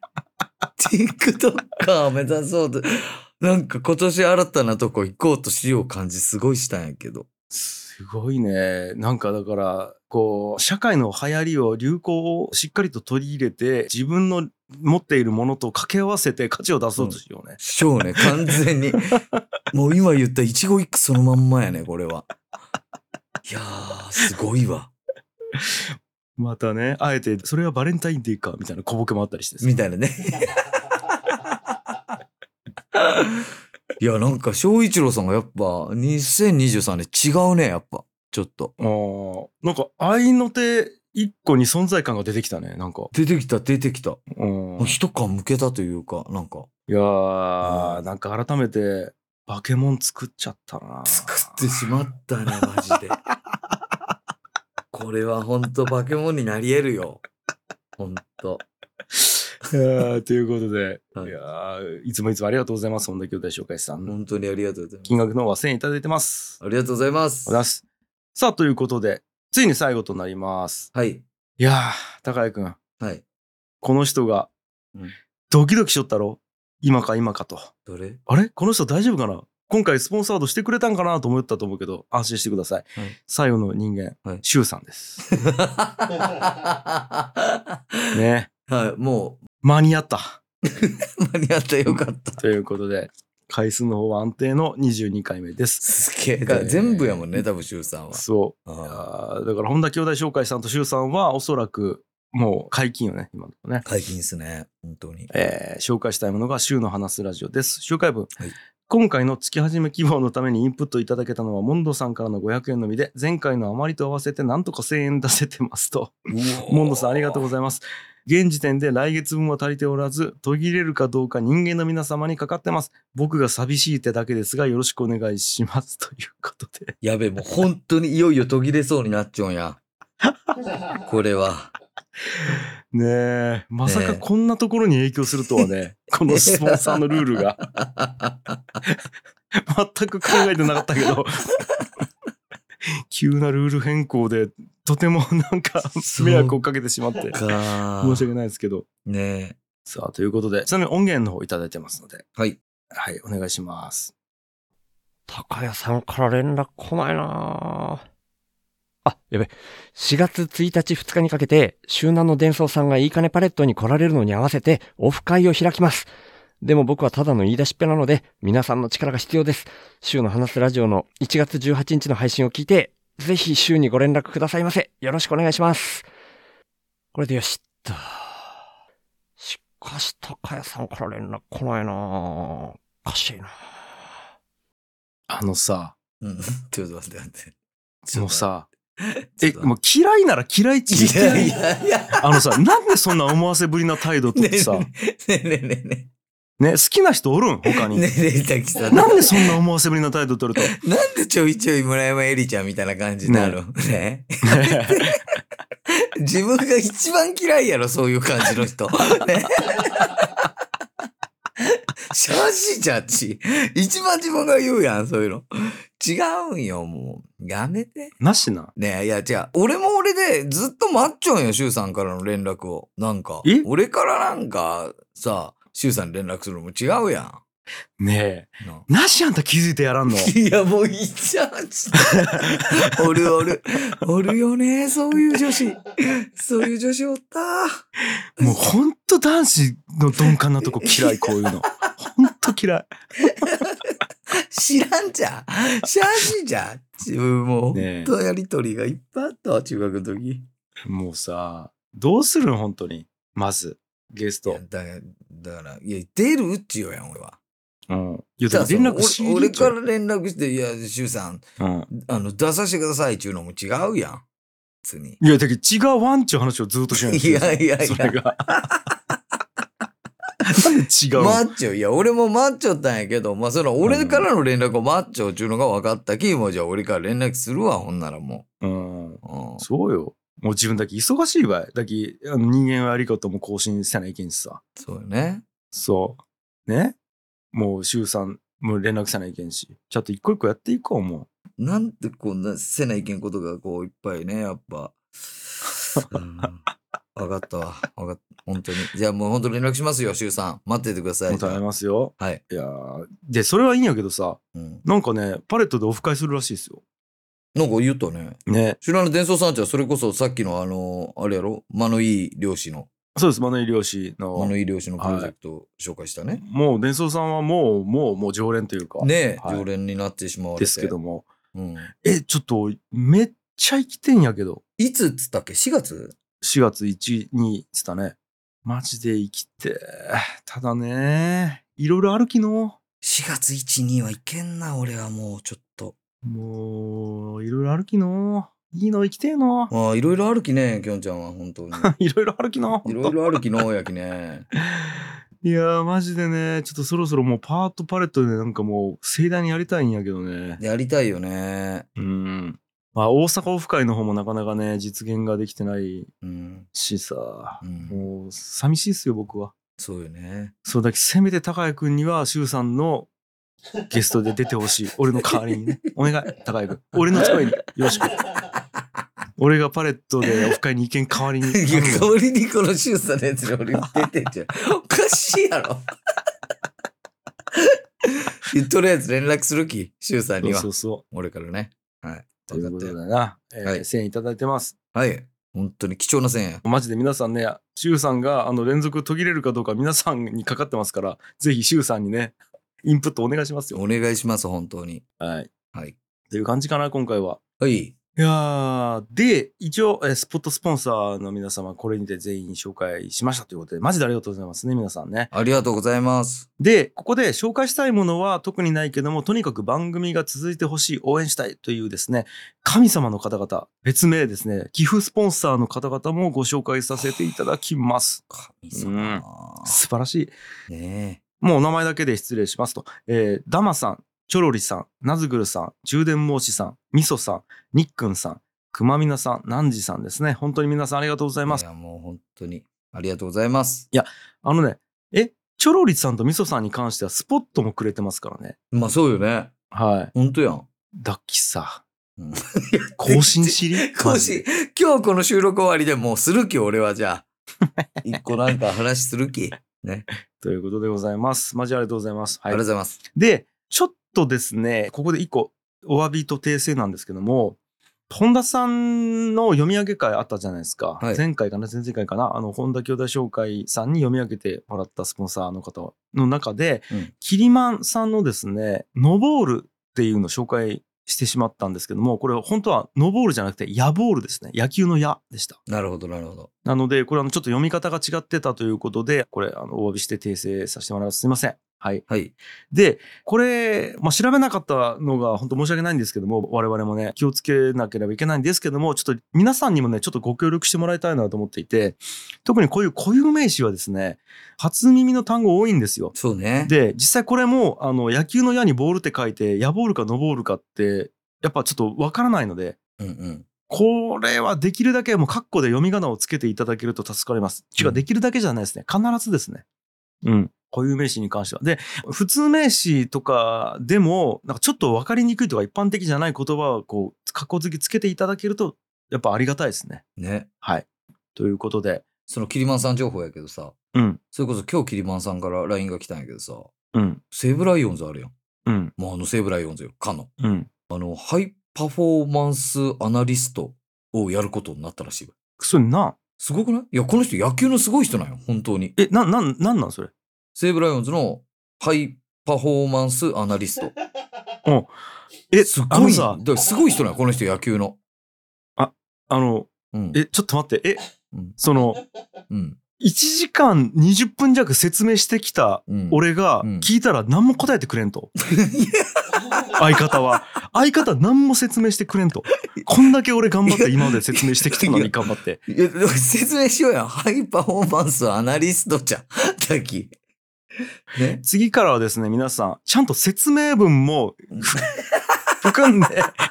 S2: ？TikToker を目指そうと。なんか今年新たなとこ行こうとしよう感じすごいしたんやけど。
S1: すごいね。なんかだから、こう、社会の流行りを、流行をしっかりと取り入れて、自分の持っているものと掛け合わせて価値を出そうとしようね。
S2: そうね、完全に。もう今言った一期一会そのまんまやね、これは。いやー、すごいわ。
S1: またね、あえて、それはバレンタインデーか、みたいな小ボケもあったりして。
S2: みたいなね。いや、なんか、翔一郎さんがやっぱ、2023年違うね、やっぱ。ちょっと。
S1: なんか、愛の手一個に存在感が出てきたね、なんか。
S2: 出てきた。一感向けたというか、なんか。
S1: いやー、なんか改めて、バケモン作っちゃったな。
S2: 作ってしまったね、マジで。これはほんとバケモンになり得るよ。ほんと。
S1: ということで、いつもありがとうございます。本田兄弟紹介さん。
S2: 本当にありがとうございます。
S1: 金額の方は1000円いただいてます。
S2: ありがとうございます。
S1: さあ、ということで、ついに最後となります。
S2: はい。
S1: いやー、高井くん。
S2: はい。
S1: この人が、ドキドキしとったろ？今かと。
S2: どれ？
S1: あれ？この人大丈夫かな？今回スポンサードしてくれたんかなと思ったと思うけど、安心してください。最後の人間、シュウさんです。ね。
S2: はい、も
S1: う。間に合った。
S2: 間に合った、よかった。
S1: ということで、 回数の方は安定の22回目です。
S2: すげえ。だから全部やもんね、多分、周さんは。
S1: そうだから本田兄弟紹介さんと周さんはおそらくもう解禁よね、今のとこね。
S2: 解禁ですね、本当に。
S1: 紹介したいものが週の話すラジオです。紹介文、
S2: はい、
S1: 今回の月始め希望のためにインプットいただけたのはモンドさんからの500円のみで、前回の余りと合わせてなんとか1000円出せてますと。モンドさんありがとうございます。現時点で来月分は足りておらず、途切れるかどうか人間の皆様にかかってます。僕が寂しいってだけですがよろしくお願いしますということで。
S2: やべえ、もう本当にいよいよ途切れそうになっちゃうんや。これは。
S1: ねえ、まさかこんなところに影響するとはね、このスポンサーのルールが。全く考えてなかったけど、急なルール変更でとてもなんか迷惑をかけてしまって申し訳ないですけど。
S2: ねえ。
S1: さあ、ということで、ちなみに音源の方いただいてますので。
S2: はい。
S1: はい、お願いします。
S6: 高谷さんから連絡来ないなぁ。あ、やべ。4月1日2日にかけて、周南の伝送さんがいいかねパレットに来られるのに合わせて、オフ会を開きます。でも僕はただの言い出しっぺなので、皆さんの力が必要です。週の話すラジオの1月18日の配信を聞いて、ぜひ週にご連絡くださいませ。よろしくお願いします。これでよしっと。しかし、高谷さんから連絡来ないなぁ。おかしいなぁ。
S1: あのさ、
S2: ちょっと待って待って。
S1: もうさ、もう嫌いなら嫌いって言って
S2: いや
S1: あのさ、なんでそんな思わせぶりな態度とってさ、ね、好きな人おるん他に。
S2: 滝さん。
S1: なんでそんな思わせぶりな態度取ると。
S2: なんでちょいちょい村山エリちゃんみたいな感じになるね。自分が一番嫌いやろ、そういう感じの人。ね。シャーシーチャッチ。一番自分が言うやん、そういうの。違うんよ、もう。やめて。
S1: なしな。
S2: ねえ、いや、違う。俺も俺でずっと待っちゃうんよ、シュウさんからの連絡を。なんか。俺からなんか、さ、シュウさんに連絡するのも違うやん。
S1: ねえ。なしあんた気づいてやらんの。
S2: いや、もういいじゃん。おる。おるよね、そういう女子。そういう女子おった。
S1: もうほんと男子の鈍感なとこ嫌い、こういうの。ほんと嫌い。
S2: 知らんじゃん。シャーシーじゃん。自分もほんとやりとりがいっぱいあったわ、中学の時。
S1: もうさ、どうするん本当に。まず、ゲスト。
S2: だから、いや、出るっちよやん、俺は。
S1: うん。いや、だから連絡し
S2: 俺から連絡して、いや、シュウさん、
S1: うん、
S2: 出させてくださいっていうのも違うやん。別に。
S1: いや、だけど違うワンっていう話をずっとしないんですよ。
S2: いや。
S1: それが。なんで違うの？
S2: マッチョ。いや、俺もマッチョったんやけど、まあ、その、俺からの連絡をマッチョっていうのが分かったき、もうじゃあ俺から連絡するわ、ほんならも
S1: う。そうよ。もう自分だけ忙しいわ。だけ人間はやり方も更新せないけんしさ。
S2: そうよね。
S1: そう。ね。もう週3もう連絡せないけんし。ちょっと一個一個やっていこう、も
S2: う。なんでこんなせないけんことがこういっぱいね、やっぱ。分かったわ。本当に。じゃあもう本当に連絡しますよ、週3。待っててください。
S1: 待ってますよ。
S2: はい。
S1: いやで、それはいいんやけどさ、なんかね、パレットでオフ会するらしいですよ。
S2: なんか言ったね。
S1: ね。
S2: 知らぬ伝送さんちはそれこそさっきのあれやろ間のいい漁師の。
S1: そうです、間のいい漁師の。
S2: 間のいい漁師のプロジェクトを紹介したね。
S1: もう伝送さんはもう常連というか。
S2: ねえ、常連になってしまわれて。
S1: ですけども。ちょっとめっちゃ生きてんやけど。
S2: いつっつったっけ ?4 月
S1: 4月1、2つったね。マジで生きて。ただね、いろいろあるきの。
S2: 4月1、2はいけんな、俺はもうちょっと。
S1: もう、いろいろあるきの。いいの生きてえの。
S2: ああ、いろいろあるきね、きょんちゃんは、本当に。
S1: いろいろあるきの。
S2: いろいろあるきの、やきね。
S1: いやー、マジでね、ちょっとそろそろもうパートパレットでなんかもう盛大にやりたいんやけどね。
S2: やりたいよね。
S1: まあ、大阪オフ会の方もなかなかね、実現ができてないしさ、もう寂しいっすよ、僕は。
S2: そうよね。
S1: そうだけせめて高谷くんには、周さんのゲストで出てほしい。俺の代わりにね。お願い、高谷くん。俺のためによろしく。俺がパレットでオフ会に行けん代わりに。
S2: いや、代わりにこの周さんのやつに俺出てんじゃん。おかしいやろ。とりあえず連絡するき、周さんには。
S1: そう。
S2: 俺からね。はい。
S1: ということだな。1000円いただいてます。
S2: はい。本当に貴重な1000円。
S1: マジで皆さんね、周さんが連続途切れるかどうか皆さんにかかってますから、ぜひ周さんにね、 インプットお願いしますよ。
S2: お願いします、本当に。
S1: はい。
S2: はい。
S1: という感じかな、今回は。
S2: はい。
S1: いやー、で、一応、スポットスポンサーの皆様、これにて全員紹介しましたということで、マジでありがとうございますね、皆さんね。
S2: ありがとうございます。
S1: で、ここで紹介したいものは特にないけども、とにかく番組が続いてほしい、応援したいというですね、神様の方々、別名ですね、寄付スポンサーの方々もご紹介させていただきます。
S2: 神様。
S1: 素晴らしい。
S2: ね
S1: え。もうお名前だけで失礼しますと。ダマさん、チョロリさん、ナズグルさん、充電申しさん、ミソさん、ニックンさん、くまみなさん、ナンジさんですね。本当に皆さんありがとうございます。
S2: いや、もう本当にありがとうございます。
S1: いや、チョロリさんとミソさんに関してはスポットもくれてますからね。
S2: まあそうよね。
S1: はい。
S2: 本当やん。
S1: だっきさ。
S2: うん、
S1: 更新しり
S2: 更新。今日この収録終わりでもうする気、俺はじゃあ。一個なんか話する気。ね。
S1: ということでございます。マジありがとうございます。
S2: はい。ありがとうございます。
S1: で、ちょっとですね、ここで一個お詫びと訂正なんですけども、本田さんの読み上げ会あったじゃないですか。はい、前回かな前々回かな本田兄弟紹介さんに読み上げてもらったスポンサーの方の中で、キリマンさんのですね、ノボールっていうのを紹介してしまったんですけども、これ本当はノボールじゃなくてヤボールですね。野球の矢でした。
S2: なるほど、なるほど。
S1: なので、これちょっと読み方が違ってたということで、これお詫びして訂正させてもらいます。すいません。はい。
S2: はい。
S1: で、これ、調べなかったのが本当申し訳ないんですけども、我々もね、気をつけなければいけないんですけども、ちょっと皆さんにもね、ちょっとご協力してもらいたいなと思っていて、特にこういう固有名詞はですね、初耳の単語多いんですよ。
S2: そうね。
S1: で、実際これも、野球の矢にボールって書いて、矢ボールかノボールかって、やっぱちょっとわからないので、これはできるだけもうカッコで読み仮名をつけていただけると助かります。違う、できるだけじゃないですね。必ずですね。固有名詞に関しては。で、普通名詞とかでも、なんかちょっと分かりにくいとか一般的じゃない言葉をこう、カッコ付けつけていただけると、やっぱありがたいですね。
S2: ね。
S1: はい。ということで。
S2: そのキリマンさん情報やけどさ。それこそ今日キリマンさんから LINE が来たんやけどさ。西武ライオンズあるやん。もう西武ライオンズよ。かの。ハイパフォーマンスアナリストをやることになったらしいわ。
S1: それ
S2: すごくない？いや、この人野球のすごい人なんよ。本当に。
S1: なんそれ？
S2: 西武ライオンズのハイパフォーマンスアナリスト。すごい。すごい人なんよ、この人野球の。
S1: ちょっと待って。1時間20分弱説明してきた俺が聞いたら何も答えてくれんと。相方何も説明してくれんと。こんだけ俺頑張って今まで説明してきたのに頑張って。
S2: いや、説明しようや。ハイパフォーマンスアナリストじゃん。
S1: ね、次からはですね、皆さん、ちゃんと説明文も含んで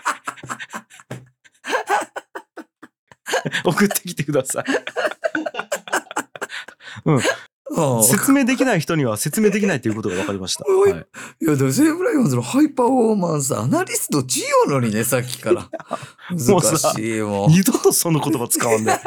S1: 送ってきてください。説明できない人には説明できないということが分かりました。
S2: はい、いや、でも西武ライオンズのハイパフォーマンスアナリストジオのにね、さっきから。難しいもん。
S1: 二度とその言葉使わんで。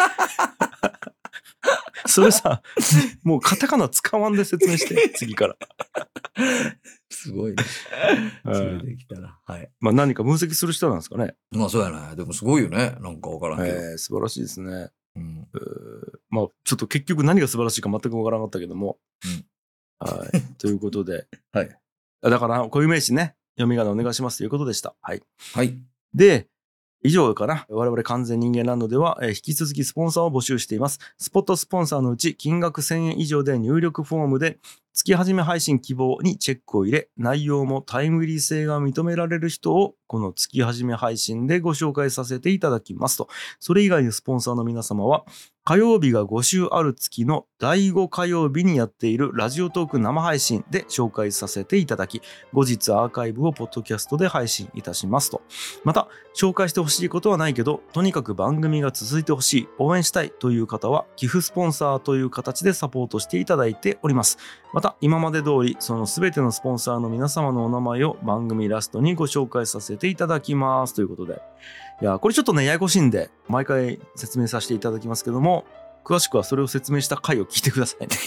S1: それさ、もうカタカナ使わんで説明して、次から。
S2: すごいね。それできたら。はい。
S1: 何か分析する人なんですかね。
S2: そうやね。でもすごいよね。なんかわからんけど。
S1: 素晴らしいですね。ちょっと結局何が素晴らしいか全くわからなかったけども。はい。ということで。
S2: はい。
S1: だから、固有名詞ね、読み仮名お願いしますということでした。はい。
S2: はい。
S1: で、以上かな。我々完全人間ランドでは、引き続きスポンサーを募集しています。スポットスポンサーのうち金額1000円以上で入力フォームで月始め配信希望にチェックを入れ、内容もタイムリー性が認められる人をこの月始め配信でご紹介させていただきますと。それ以外のスポンサーの皆様は火曜日が5週ある月の第5火曜日にやっているラジオトーク生配信で紹介させていただき、後日アーカイブをポッドキャストで配信いたしますと。また、紹介してほしいことはないけど、とにかく番組が続いてほしい、応援したいという方は、寄付スポンサーという形でサポートしていただいております。また、今まで通り、そのすべてのスポンサーの皆様のお名前を番組ラストにご紹介させていただきますということで。いや、これちょっとね、ややこしいんで、毎回説明させていただきますけども、詳しくはそれを説明した回を聞いてくださいね。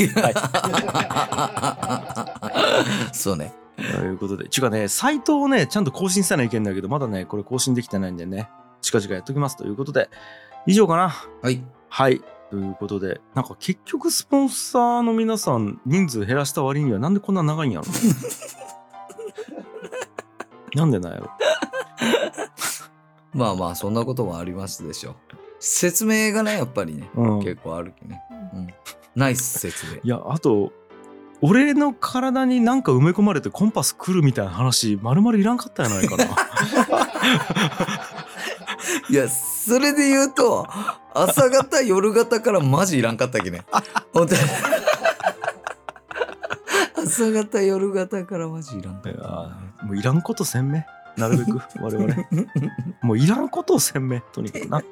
S2: はい。そうね。
S1: ということで、サイトをね、ちゃんと更新せないといけないんだけど、まだね、これ更新できてないんでね、近々やっときますということで、以上かな。
S2: はい。
S1: はい。ということで、なんか結局スポンサーの皆さん人数減らした割にはなんでこんな長いんやろなんでなんやろ。
S2: まあまあ、そんなこともありますでしょう。説明がね、やっぱりね、
S1: うん
S2: 結構あるきね。ナイス説明。
S1: いや、あと俺の体になんか埋め込まれてコンパス来るみたいな話まるまるいらんかったんやないかな。
S2: いや、それで言うと、朝方、夜方からマジいらんかったきね。本当に。朝方、夜方からマジいらんかっ
S1: いやもういらんことせんめ、なるべく我々もういらんことをせんめ、とにかくな。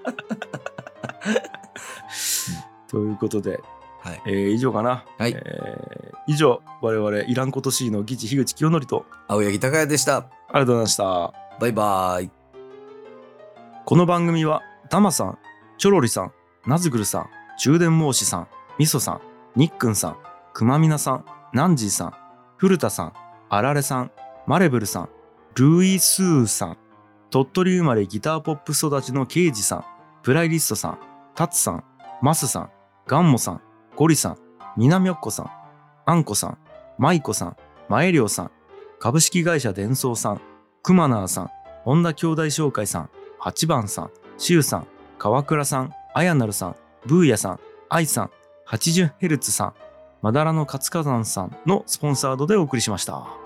S1: ということで、
S2: た。はい。
S1: 以上かな。
S2: はい
S1: 以上我々いらんこと C の議事樋口清則と
S2: 青柳高也でした。
S1: ありがとうございました。
S2: バイバーイ。
S1: この番組はタマさん、チョロリさん、ナズグルさん、中電申しさん、ミソさん、ニックンさん、クマミナさん、ナンジーさん、古田さん、あられさん、マレブルさん、ルイスーさん、鳥取生まれギターポップ育ちのケイジさん、プライリストさん、タツさん、マスさん、ガンモさん、ゴリさん、ミナミョッコさん、アンコさん、マイコさん、マエリョウさん、株式会社デンソーさん、クマナーさん、本田兄弟紹介さん、8番さん、シュウさん、川倉さん、あやなるさん、ブーヤさん、アイさん、80Hz さん、まだらの活火山さんのスポンサードでお送りしました。